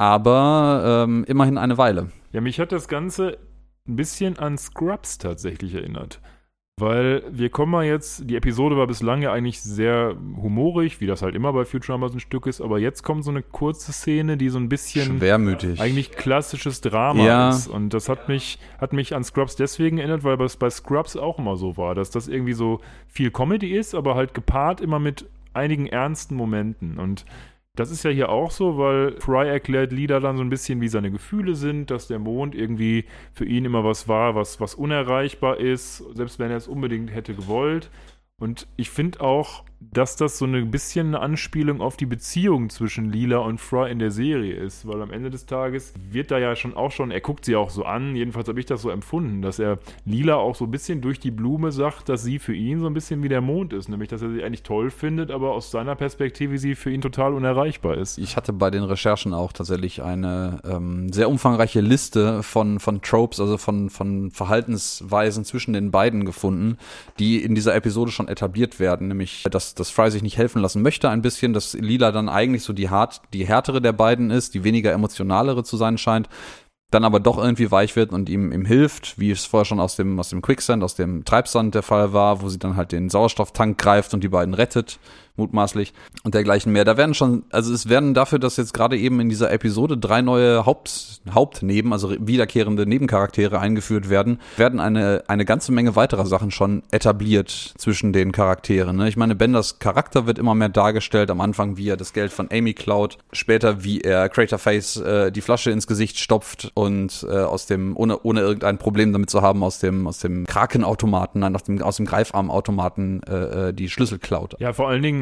aber ähm, immerhin eine Weile. Ja, mich hat das Ganze ein bisschen an Scrubs tatsächlich erinnert. Weil wir kommen mal jetzt, die Episode war bislang ja eigentlich sehr humorig, wie das halt immer bei Futurama so ein Stück ist, aber jetzt kommt so eine kurze Szene, die so ein bisschen schwermütig, eigentlich klassisches Drama ja. ist. Und das hat mich, hat mich an Scrubs deswegen erinnert, weil es bei Scrubs auch immer so war, dass das irgendwie so viel Comedy ist, aber halt gepaart immer mit einigen ernsten Momenten. Und das ist ja hier auch so, weil Fry erklärt Lila dann so ein bisschen, wie seine Gefühle sind, dass der Mond irgendwie für ihn immer was war, was, was unerreichbar ist, selbst wenn er es unbedingt hätte gewollt. Und ich finde auch, dass das so ein bisschen eine Anspielung auf die Beziehung zwischen Lila und Fry in der Serie ist, weil am Ende des Tages wird da ja schon auch schon, er guckt sie auch so an, jedenfalls habe ich das so empfunden, dass er Lila auch so ein bisschen durch die Blume sagt, dass sie für ihn so ein bisschen wie der Mond ist, nämlich dass er sie eigentlich toll findet, aber aus seiner Perspektive sie für ihn total unerreichbar ist. Ich hatte bei den Recherchen auch tatsächlich eine ähm, sehr umfangreiche Liste von, von Tropes, also von, von Verhaltensweisen zwischen den beiden gefunden, die in dieser Episode schon etabliert werden, nämlich dass dass Fry sich nicht helfen lassen möchte ein bisschen, dass Lila dann eigentlich so die hart, die härtere der beiden ist, die weniger emotionalere zu sein scheint, dann aber doch irgendwie weich wird und ihm, ihm hilft, wie es vorher schon aus dem, aus dem Quicksand, aus dem Treibsand der Fall war, wo sie dann halt den Sauerstofftank greift und die beiden rettet, mutmaßlich, und dergleichen mehr. Da werden schon, also es werden dafür, dass jetzt gerade eben in dieser Episode drei neue Haupt, Hauptneben, also wiederkehrende Nebencharaktere eingeführt werden, werden eine, eine ganze Menge weiterer Sachen schon etabliert zwischen den Charakteren. Ne? Ich meine, Benders Charakter wird immer mehr dargestellt, am Anfang, wie er das Geld von Amy klaut, später, wie er Craterface äh, die Flasche ins Gesicht stopft und äh, aus dem, ohne, ohne irgendein Problem damit zu haben, aus dem, aus dem Krakenautomaten, nein, aus dem, aus dem Greifarmautomaten äh, die Schlüssel klaut. Ja, vor allen Dingen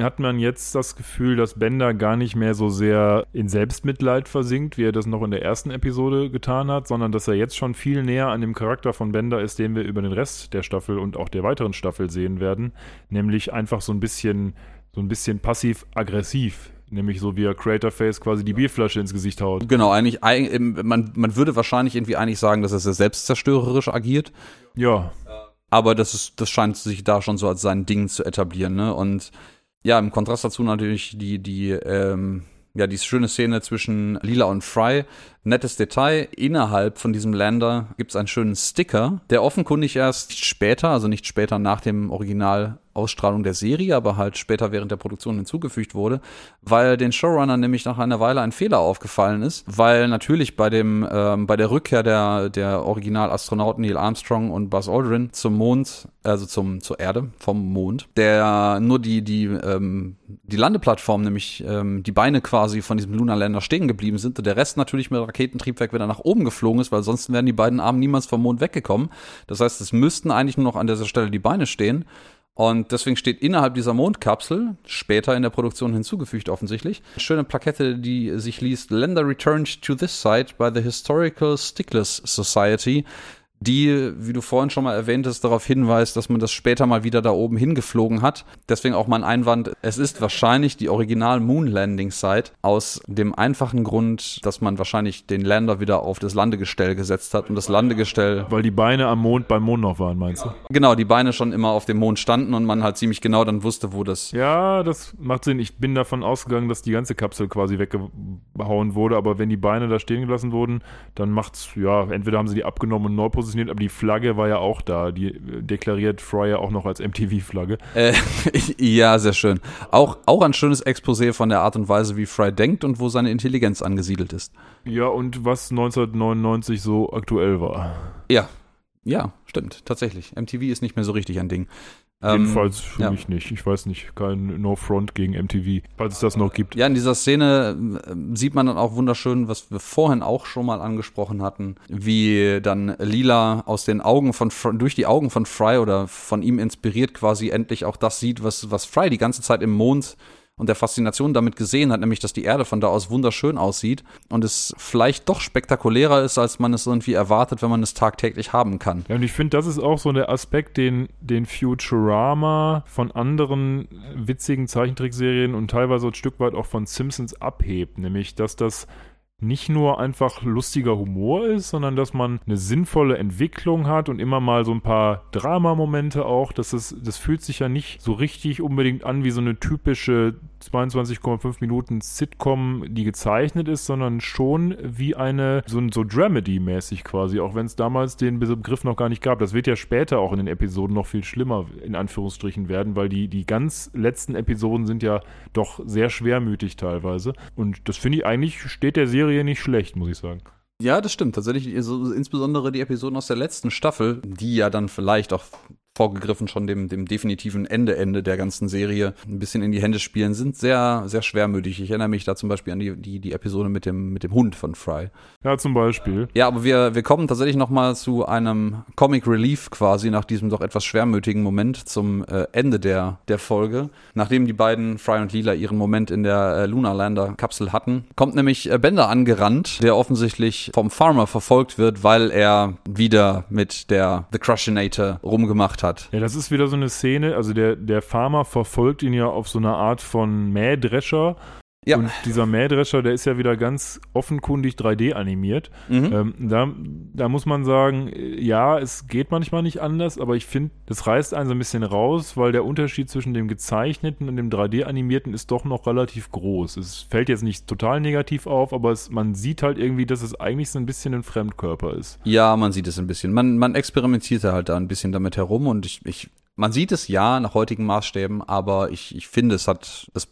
Allem hat man jetzt das Gefühl, dass Bender gar nicht mehr so sehr in Selbstmitleid versinkt, wie er das noch in der ersten Episode getan hat, sondern dass er jetzt schon viel näher an dem Charakter von Bender ist, den wir über den Rest der Staffel und auch der weiteren Staffel sehen werden, nämlich einfach so ein bisschen, so ein bisschen passiv-aggressiv. Nämlich so wie er Creator-Face quasi die Bierflasche ins Gesicht haut. Genau, eigentlich, man, man würde wahrscheinlich irgendwie eigentlich sagen, dass er sehr selbstzerstörerisch agiert. Ja. Aber das ist, das scheint sich da schon so als sein Ding zu etablieren, ne? Und ja, im Kontrast dazu natürlich die, die, ähm, ja, die schöne Szene zwischen Leela und Fry. Nettes Detail, innerhalb von diesem Lander gibt es einen schönen Sticker, der offenkundig erst später, also nicht später nach dem Originalausstrahlung der Serie, aber halt später während der Produktion hinzugefügt wurde, weil den Showrunner nämlich nach einer Weile ein Fehler aufgefallen ist, weil natürlich bei dem ähm, bei der Rückkehr der der Originalastronauten Neil Armstrong und Buzz Aldrin zum Mond, also zum zur Erde vom Mond, der nur die die ähm, die Landeplattform, nämlich ähm, die Beine quasi von diesem Lunar Lander stehen geblieben sind und der Rest natürlich mit Raketentriebwerk wieder nach oben geflogen ist, weil sonst wären die beiden Arme niemals vom Mond weggekommen. Das heißt, es müssten eigentlich nur noch an dieser Stelle die Beine stehen. Und deswegen steht innerhalb dieser Mondkapsel, später in der Produktion hinzugefügt offensichtlich, eine schöne Plakette, die sich liest: Lander returned to this site by the Historical Stickless Society, die, wie du vorhin schon mal erwähntest, darauf hinweist, dass man das später mal wieder da oben hingeflogen hat. Deswegen auch mein Einwand, es ist wahrscheinlich die Original Moon Landing Site, aus dem einfachen Grund, dass man wahrscheinlich den Lander wieder auf das Landegestell gesetzt hat und das Landegestell... Weil die Beine am Mond beim Mond noch waren, meinst du? Genau, die Beine schon immer auf dem Mond standen und man halt ziemlich genau dann wusste, wo das... Ja, das macht Sinn. Ich bin davon ausgegangen, dass die ganze Kapsel quasi weggehauen wurde, aber wenn die Beine da stehen gelassen wurden, dann macht's, ja, entweder haben sie die abgenommen und neu positioniert, aber die Flagge war ja auch da. Die deklariert Fry ja auch noch als M T V-Flagge. Äh, ja, sehr schön. Auch, auch ein schönes Exposé von der Art und Weise, wie Fry denkt und wo seine Intelligenz angesiedelt ist. Ja, und was neunzehnhundertneunundneunzig so aktuell war. Ja, ja, stimmt, tatsächlich. M T V ist nicht mehr so richtig ein Ding. Jedenfalls für ja. mich nicht. Ich weiß nicht, kein No Front gegen M T V, falls es das noch gibt. Ja, in dieser Szene sieht man dann auch wunderschön, was wir vorhin auch schon mal angesprochen hatten, wie dann Leela aus den Augen von durch die Augen von Fry oder von ihm inspiriert quasi endlich auch das sieht, was, was Fry die ganze Zeit im Mond und der Faszination damit gesehen hat, nämlich, dass die Erde von da aus wunderschön aussieht und es vielleicht doch spektakulärer ist, als man es irgendwie erwartet, wenn man es tagtäglich haben kann. Ja, und ich finde, das ist auch so der Aspekt, den, den Futurama von anderen witzigen Zeichentrickserien und teilweise ein Stück weit auch von Simpsons abhebt, nämlich, dass das nicht nur einfach lustiger Humor ist, sondern dass man eine sinnvolle Entwicklung hat und immer mal so ein paar Dramamomente auch. Das, ist, das fühlt sich ja nicht so richtig unbedingt an wie so eine typische zweiundzwanzig Komma fünf Minuten Sitcom, die gezeichnet ist, sondern schon wie eine, so, so Dramedy-mäßig quasi, auch wenn es damals den Begriff noch gar nicht gab. Das wird ja später auch in den Episoden noch viel schlimmer, in Anführungsstrichen, werden, weil die, die ganz letzten Episoden sind ja doch sehr schwermütig teilweise. Und das finde ich eigentlich, steht der Serie nicht schlecht, muss ich sagen. Ja, das stimmt. Tatsächlich, also, insbesondere die Episoden aus der letzten Staffel, die ja dann vielleicht auch vorgegriffen schon dem, dem definitiven Ende, Ende der ganzen Serie ein bisschen in die Hände spielen, sind sehr, sehr schwermütig. Ich erinnere mich da zum Beispiel an die, die, die Episode mit dem, mit dem Hund von Fry. Ja, zum Beispiel. Ja, aber wir, wir kommen tatsächlich noch mal zu einem Comic Relief quasi nach diesem doch etwas schwermütigen Moment zum äh, Ende der, der Folge. Nachdem die beiden, Fry und Leela, ihren Moment in der äh, Lunar Lander Kapsel hatten, kommt nämlich äh, Bender angerannt, der offensichtlich vom Farmer verfolgt wird, weil er wieder mit der The Crushinator rumgemacht hat. Ja, das ist wieder so eine Szene, also der, der Farmer verfolgt ihn ja auf so eine Art von Mähdrescher. Ja. Und dieser Mähdrescher, der ist ja wieder ganz offenkundig drei D animiert. Mhm. Ähm, da, da muss man sagen, ja, es geht manchmal nicht anders, aber ich finde, das reißt einen so ein bisschen raus, weil der Unterschied zwischen dem gezeichneten und dem drei D animierten ist doch noch relativ groß. Es fällt jetzt nicht total negativ auf, aber es, man sieht halt irgendwie, dass es eigentlich so ein bisschen ein Fremdkörper ist. Ja, man sieht es ein bisschen. Man, man experimentiert halt da ein bisschen damit herum und ich, ich man sieht es ja nach heutigen Maßstäben, aber ich, ich finde, es hat, es passt.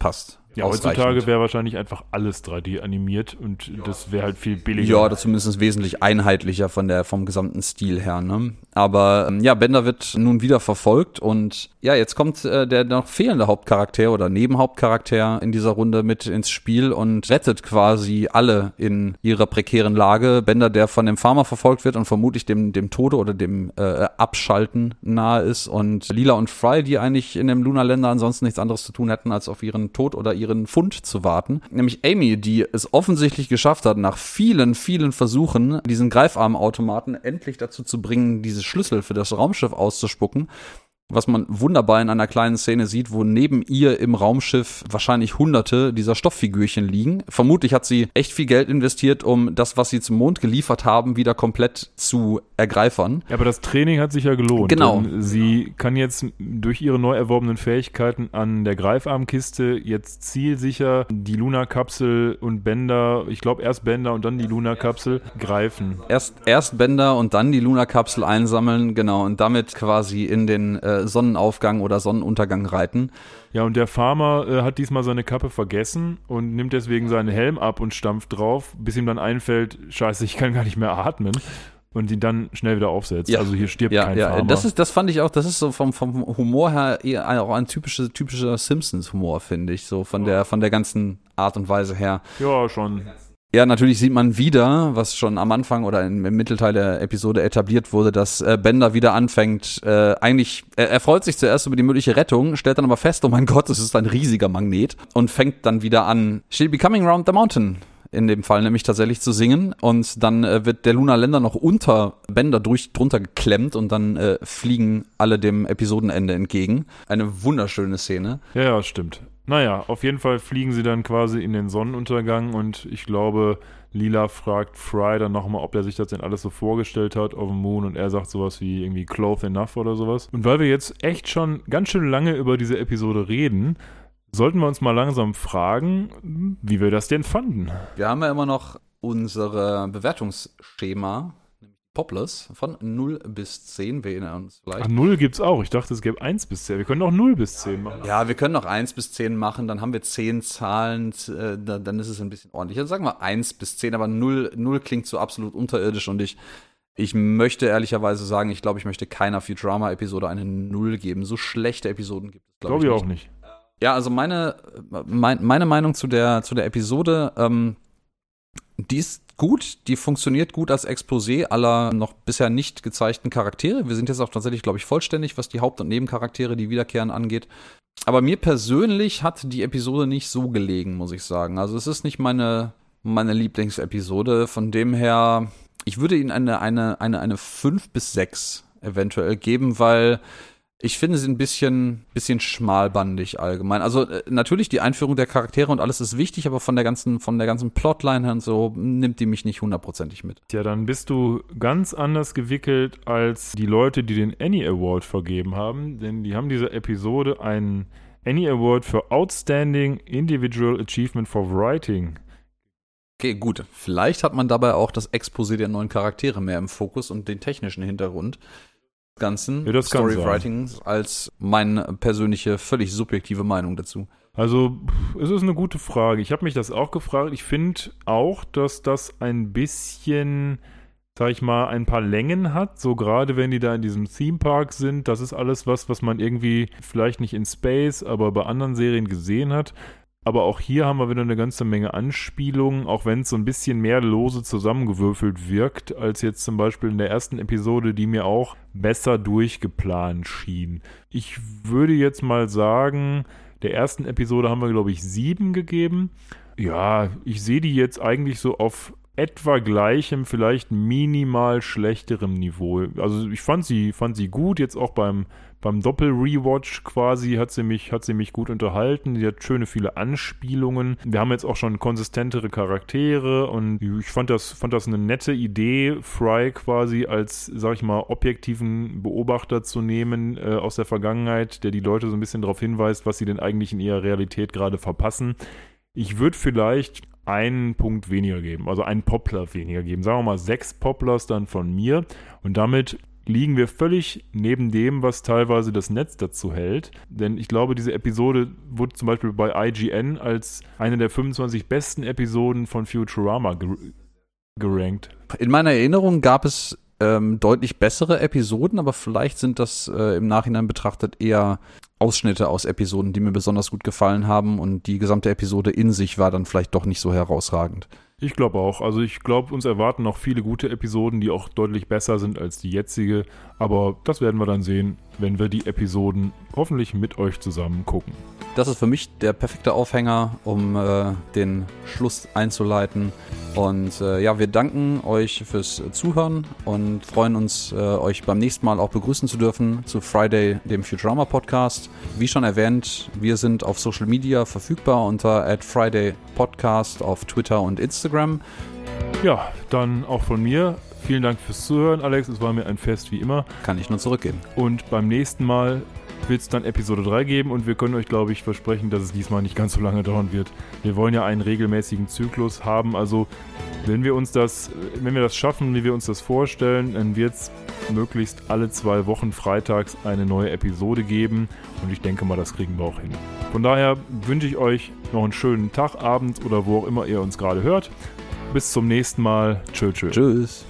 Ja, heutzutage wäre wahrscheinlich einfach alles drei D animiert und das wäre halt viel billiger. Ja, oder zumindest wesentlich einheitlicher von der, vom gesamten Stil her, ne? Aber ähm, ja, Bender wird nun wieder verfolgt und ja, jetzt kommt äh, der noch fehlende Hauptcharakter oder Nebenhauptcharakter in dieser Runde mit ins Spiel und rettet quasi alle in ihrer prekären Lage. Bender, der von dem Farmer verfolgt wird und vermutlich dem, dem Tode oder dem äh, Abschalten nahe ist, und Leela und Fry, die eigentlich in dem Lunar-Länder ansonsten nichts anderes zu tun hätten, als auf ihren Tod oder ihren Fund zu warten. Nämlich Amy, die es offensichtlich geschafft hat, nach vielen, vielen Versuchen, diesen Greifarmautomaten endlich dazu zu bringen, diese Schlüssel für das Raumschiff auszuspucken. Was man wunderbar in einer kleinen Szene sieht, wo neben ihr im Raumschiff wahrscheinlich hunderte dieser Stofffigürchen liegen. Vermutlich hat sie echt viel Geld investiert, um das, was sie zum Mond geliefert haben, wieder komplett zu ergreifern. Ja, aber das Training hat sich ja gelohnt. Genau. Denn sie kann jetzt durch ihre neu erworbenen Fähigkeiten an der Greifarmkiste jetzt zielsicher die Luna-Kapsel und Bender, ich glaube erst Bender und dann die Luna-Kapsel, greifen. Erst, erst Bender und dann die Luna-Kapsel einsammeln, genau, und damit quasi in den äh, Sonnenaufgang oder Sonnenuntergang reiten. Ja, und der Farmer äh, hat diesmal seine Kappe vergessen und nimmt deswegen seinen Helm ab und stampft drauf, bis ihm dann einfällt, scheiße, ich kann gar nicht mehr atmen. Und ihn dann schnell wieder aufsetzt. Ja. Also hier stirbt ja, kein ja. Farmer. Das ist, das fand ich auch, das ist so vom, vom Humor her eher auch ein typischer, typischer Simpsons-Humor, finde ich, so von der, von der ganzen Art und Weise her. Ja, schon. Ja, natürlich sieht man wieder, was schon am Anfang oder im, im Mittelteil der Episode etabliert wurde, dass äh, Bender wieder anfängt, äh, eigentlich, äh, er freut sich zuerst über die mögliche Rettung, stellt dann aber fest, oh mein Gott, das ist ein riesiger Magnet, und fängt dann wieder an, she'll be coming round the mountain, in dem Fall nämlich tatsächlich zu singen, und dann äh, wird der Lunar-Länder noch unter Bender durch, drunter geklemmt und dann äh, fliegen alle dem Episodenende entgegen. Eine wunderschöne Szene. Ja, ja, stimmt. Naja, auf jeden Fall fliegen sie dann quasi in den Sonnenuntergang und ich glaube, Leela fragt Fry dann nochmal, ob er sich das denn alles so vorgestellt hat auf dem Moon, und er sagt sowas wie irgendwie close enough oder sowas. Und weil wir jetzt echt schon ganz schön lange über diese Episode reden, sollten wir uns mal langsam fragen, wie wir das denn fanden. Wir haben ja immer noch unsere Bewertungsschema, Poplars, von null bis zehn. Wir erinnern uns vielleicht. Ach, null gibt's auch. Ich dachte, es gäbe eins bis zehn. Wir können auch null bis zehn machen. Ja, wir können auch eins bis zehn machen. Dann haben wir zehn Zahlen. Äh, dann ist es ein bisschen ordentlicher. Sagen wir eins bis zehn, aber null, null klingt so absolut unterirdisch. Und ich, ich möchte ehrlicherweise sagen, ich glaube, ich möchte keiner Futurama-Episode eine null geben. So schlechte Episoden gibt es, glaube ich, Glaube ich auch nicht. Ja, also meine, mein, meine Meinung zu der, zu der Episode, ähm, die ist gut, die funktioniert gut als Exposé aller noch bisher nicht gezeigten Charaktere. Wir sind jetzt auch tatsächlich, glaube ich, vollständig, was die Haupt- und Nebencharaktere, die wiederkehren, angeht. Aber mir persönlich hat die Episode nicht so gelegen, muss ich sagen. Also es ist nicht meine, meine Lieblingsepisode. Von dem her, ich würde ihnen eine, eine, eine, eine fünf bis sechs eventuell geben, weil ich finde sie ein bisschen, bisschen schmalbandig allgemein. Also äh, natürlich die Einführung der Charaktere und alles ist wichtig, aber von der ganzen, von der ganzen Plotline her und so nimmt die mich nicht hundertprozentig mit. Tja, dann bist du ganz anders gewickelt als die Leute, die den Annie Award vergeben haben, denn die haben dieser Episode einen Annie Award für Outstanding Individual Achievement for Writing. Okay, gut. Vielleicht hat man dabei auch das Exposé der neuen Charaktere mehr im Fokus und den technischen Hintergrund ganzen ja, Storywritings als meine persönliche, völlig subjektive Meinung dazu. Also, es ist eine gute Frage. Ich habe mich das auch gefragt. Ich finde auch, dass das ein bisschen, sag ich mal, ein paar Längen hat. So gerade wenn die da in diesem Theme Park sind. Das ist alles was, was man irgendwie vielleicht nicht in Space, aber bei anderen Serien gesehen hat. Aber auch hier haben wir wieder eine ganze Menge Anspielungen, auch wenn es so ein bisschen mehr lose zusammengewürfelt wirkt, als jetzt zum Beispiel in der ersten Episode, die mir auch besser durchgeplant schien. Ich würde jetzt mal sagen, der ersten Episode haben wir, glaube ich, sieben gegeben. Ja, ich sehe die jetzt eigentlich so auf etwa gleichem, vielleicht minimal schlechterem Niveau. Also ich fand sie, fand sie gut, jetzt auch beim Beim Doppel-Rewatch quasi hat sie mich, hat sie mich gut unterhalten. Sie hat schöne viele Anspielungen. Wir haben jetzt auch schon konsistentere Charaktere und ich fand das, fand das eine nette Idee, Fry quasi als, sag ich mal, objektiven Beobachter zu nehmen äh, aus der Vergangenheit, der die Leute so ein bisschen darauf hinweist, was sie denn eigentlich in ihrer Realität gerade verpassen. Ich würde vielleicht einen Punkt weniger geben, also einen Poplar weniger geben. Sagen wir mal sechs Poplars dann von mir und damit liegen wir völlig neben dem, was teilweise das Netz dazu hält. Denn ich glaube, diese Episode wurde zum Beispiel bei I G N als eine der fünfundzwanzig besten Episoden von Futurama ger- gerankt. In meiner Erinnerung gab es ähm, deutlich bessere Episoden, aber vielleicht sind das äh, im Nachhinein betrachtet eher Ausschnitte aus Episoden, die mir besonders gut gefallen haben, und die gesamte Episode in sich war dann vielleicht doch nicht so herausragend. Ich glaube auch. Also ich glaube, uns erwarten noch viele gute Episoden, die auch deutlich besser sind als die jetzige. Aber das werden wir dann sehen, wenn wir die Episoden hoffentlich mit euch zusammen gucken. Das ist für mich der perfekte Aufhänger, um äh, den Schluss einzuleiten. Und äh, ja, wir danken euch fürs Zuhören und freuen uns, äh, euch beim nächsten Mal auch begrüßen zu dürfen zu Friday, dem Futurama Podcast. Wie schon erwähnt, wir sind auf Social Media verfügbar unter at Friday Podcast auf Twitter und Instagram. Ja, dann auch von mir. Vielen Dank fürs Zuhören, Alex. Es war mir ein Fest wie immer. Kann ich nur zurückgeben. Und beim nächsten Mal wird es dann Episode drei geben und wir können euch, glaube ich, versprechen, dass es diesmal nicht ganz so lange dauern wird. Wir wollen ja einen regelmäßigen Zyklus haben, also wenn wir uns das, wenn wir das schaffen, wie wir uns das vorstellen, dann wird es möglichst alle zwei Wochen freitags eine neue Episode geben und ich denke mal, das kriegen wir auch hin. Von daher wünsche ich euch noch einen schönen Tag, Abend oder wo auch immer ihr uns gerade hört. Bis zum nächsten Mal. Tschö, tschö. Tschüss.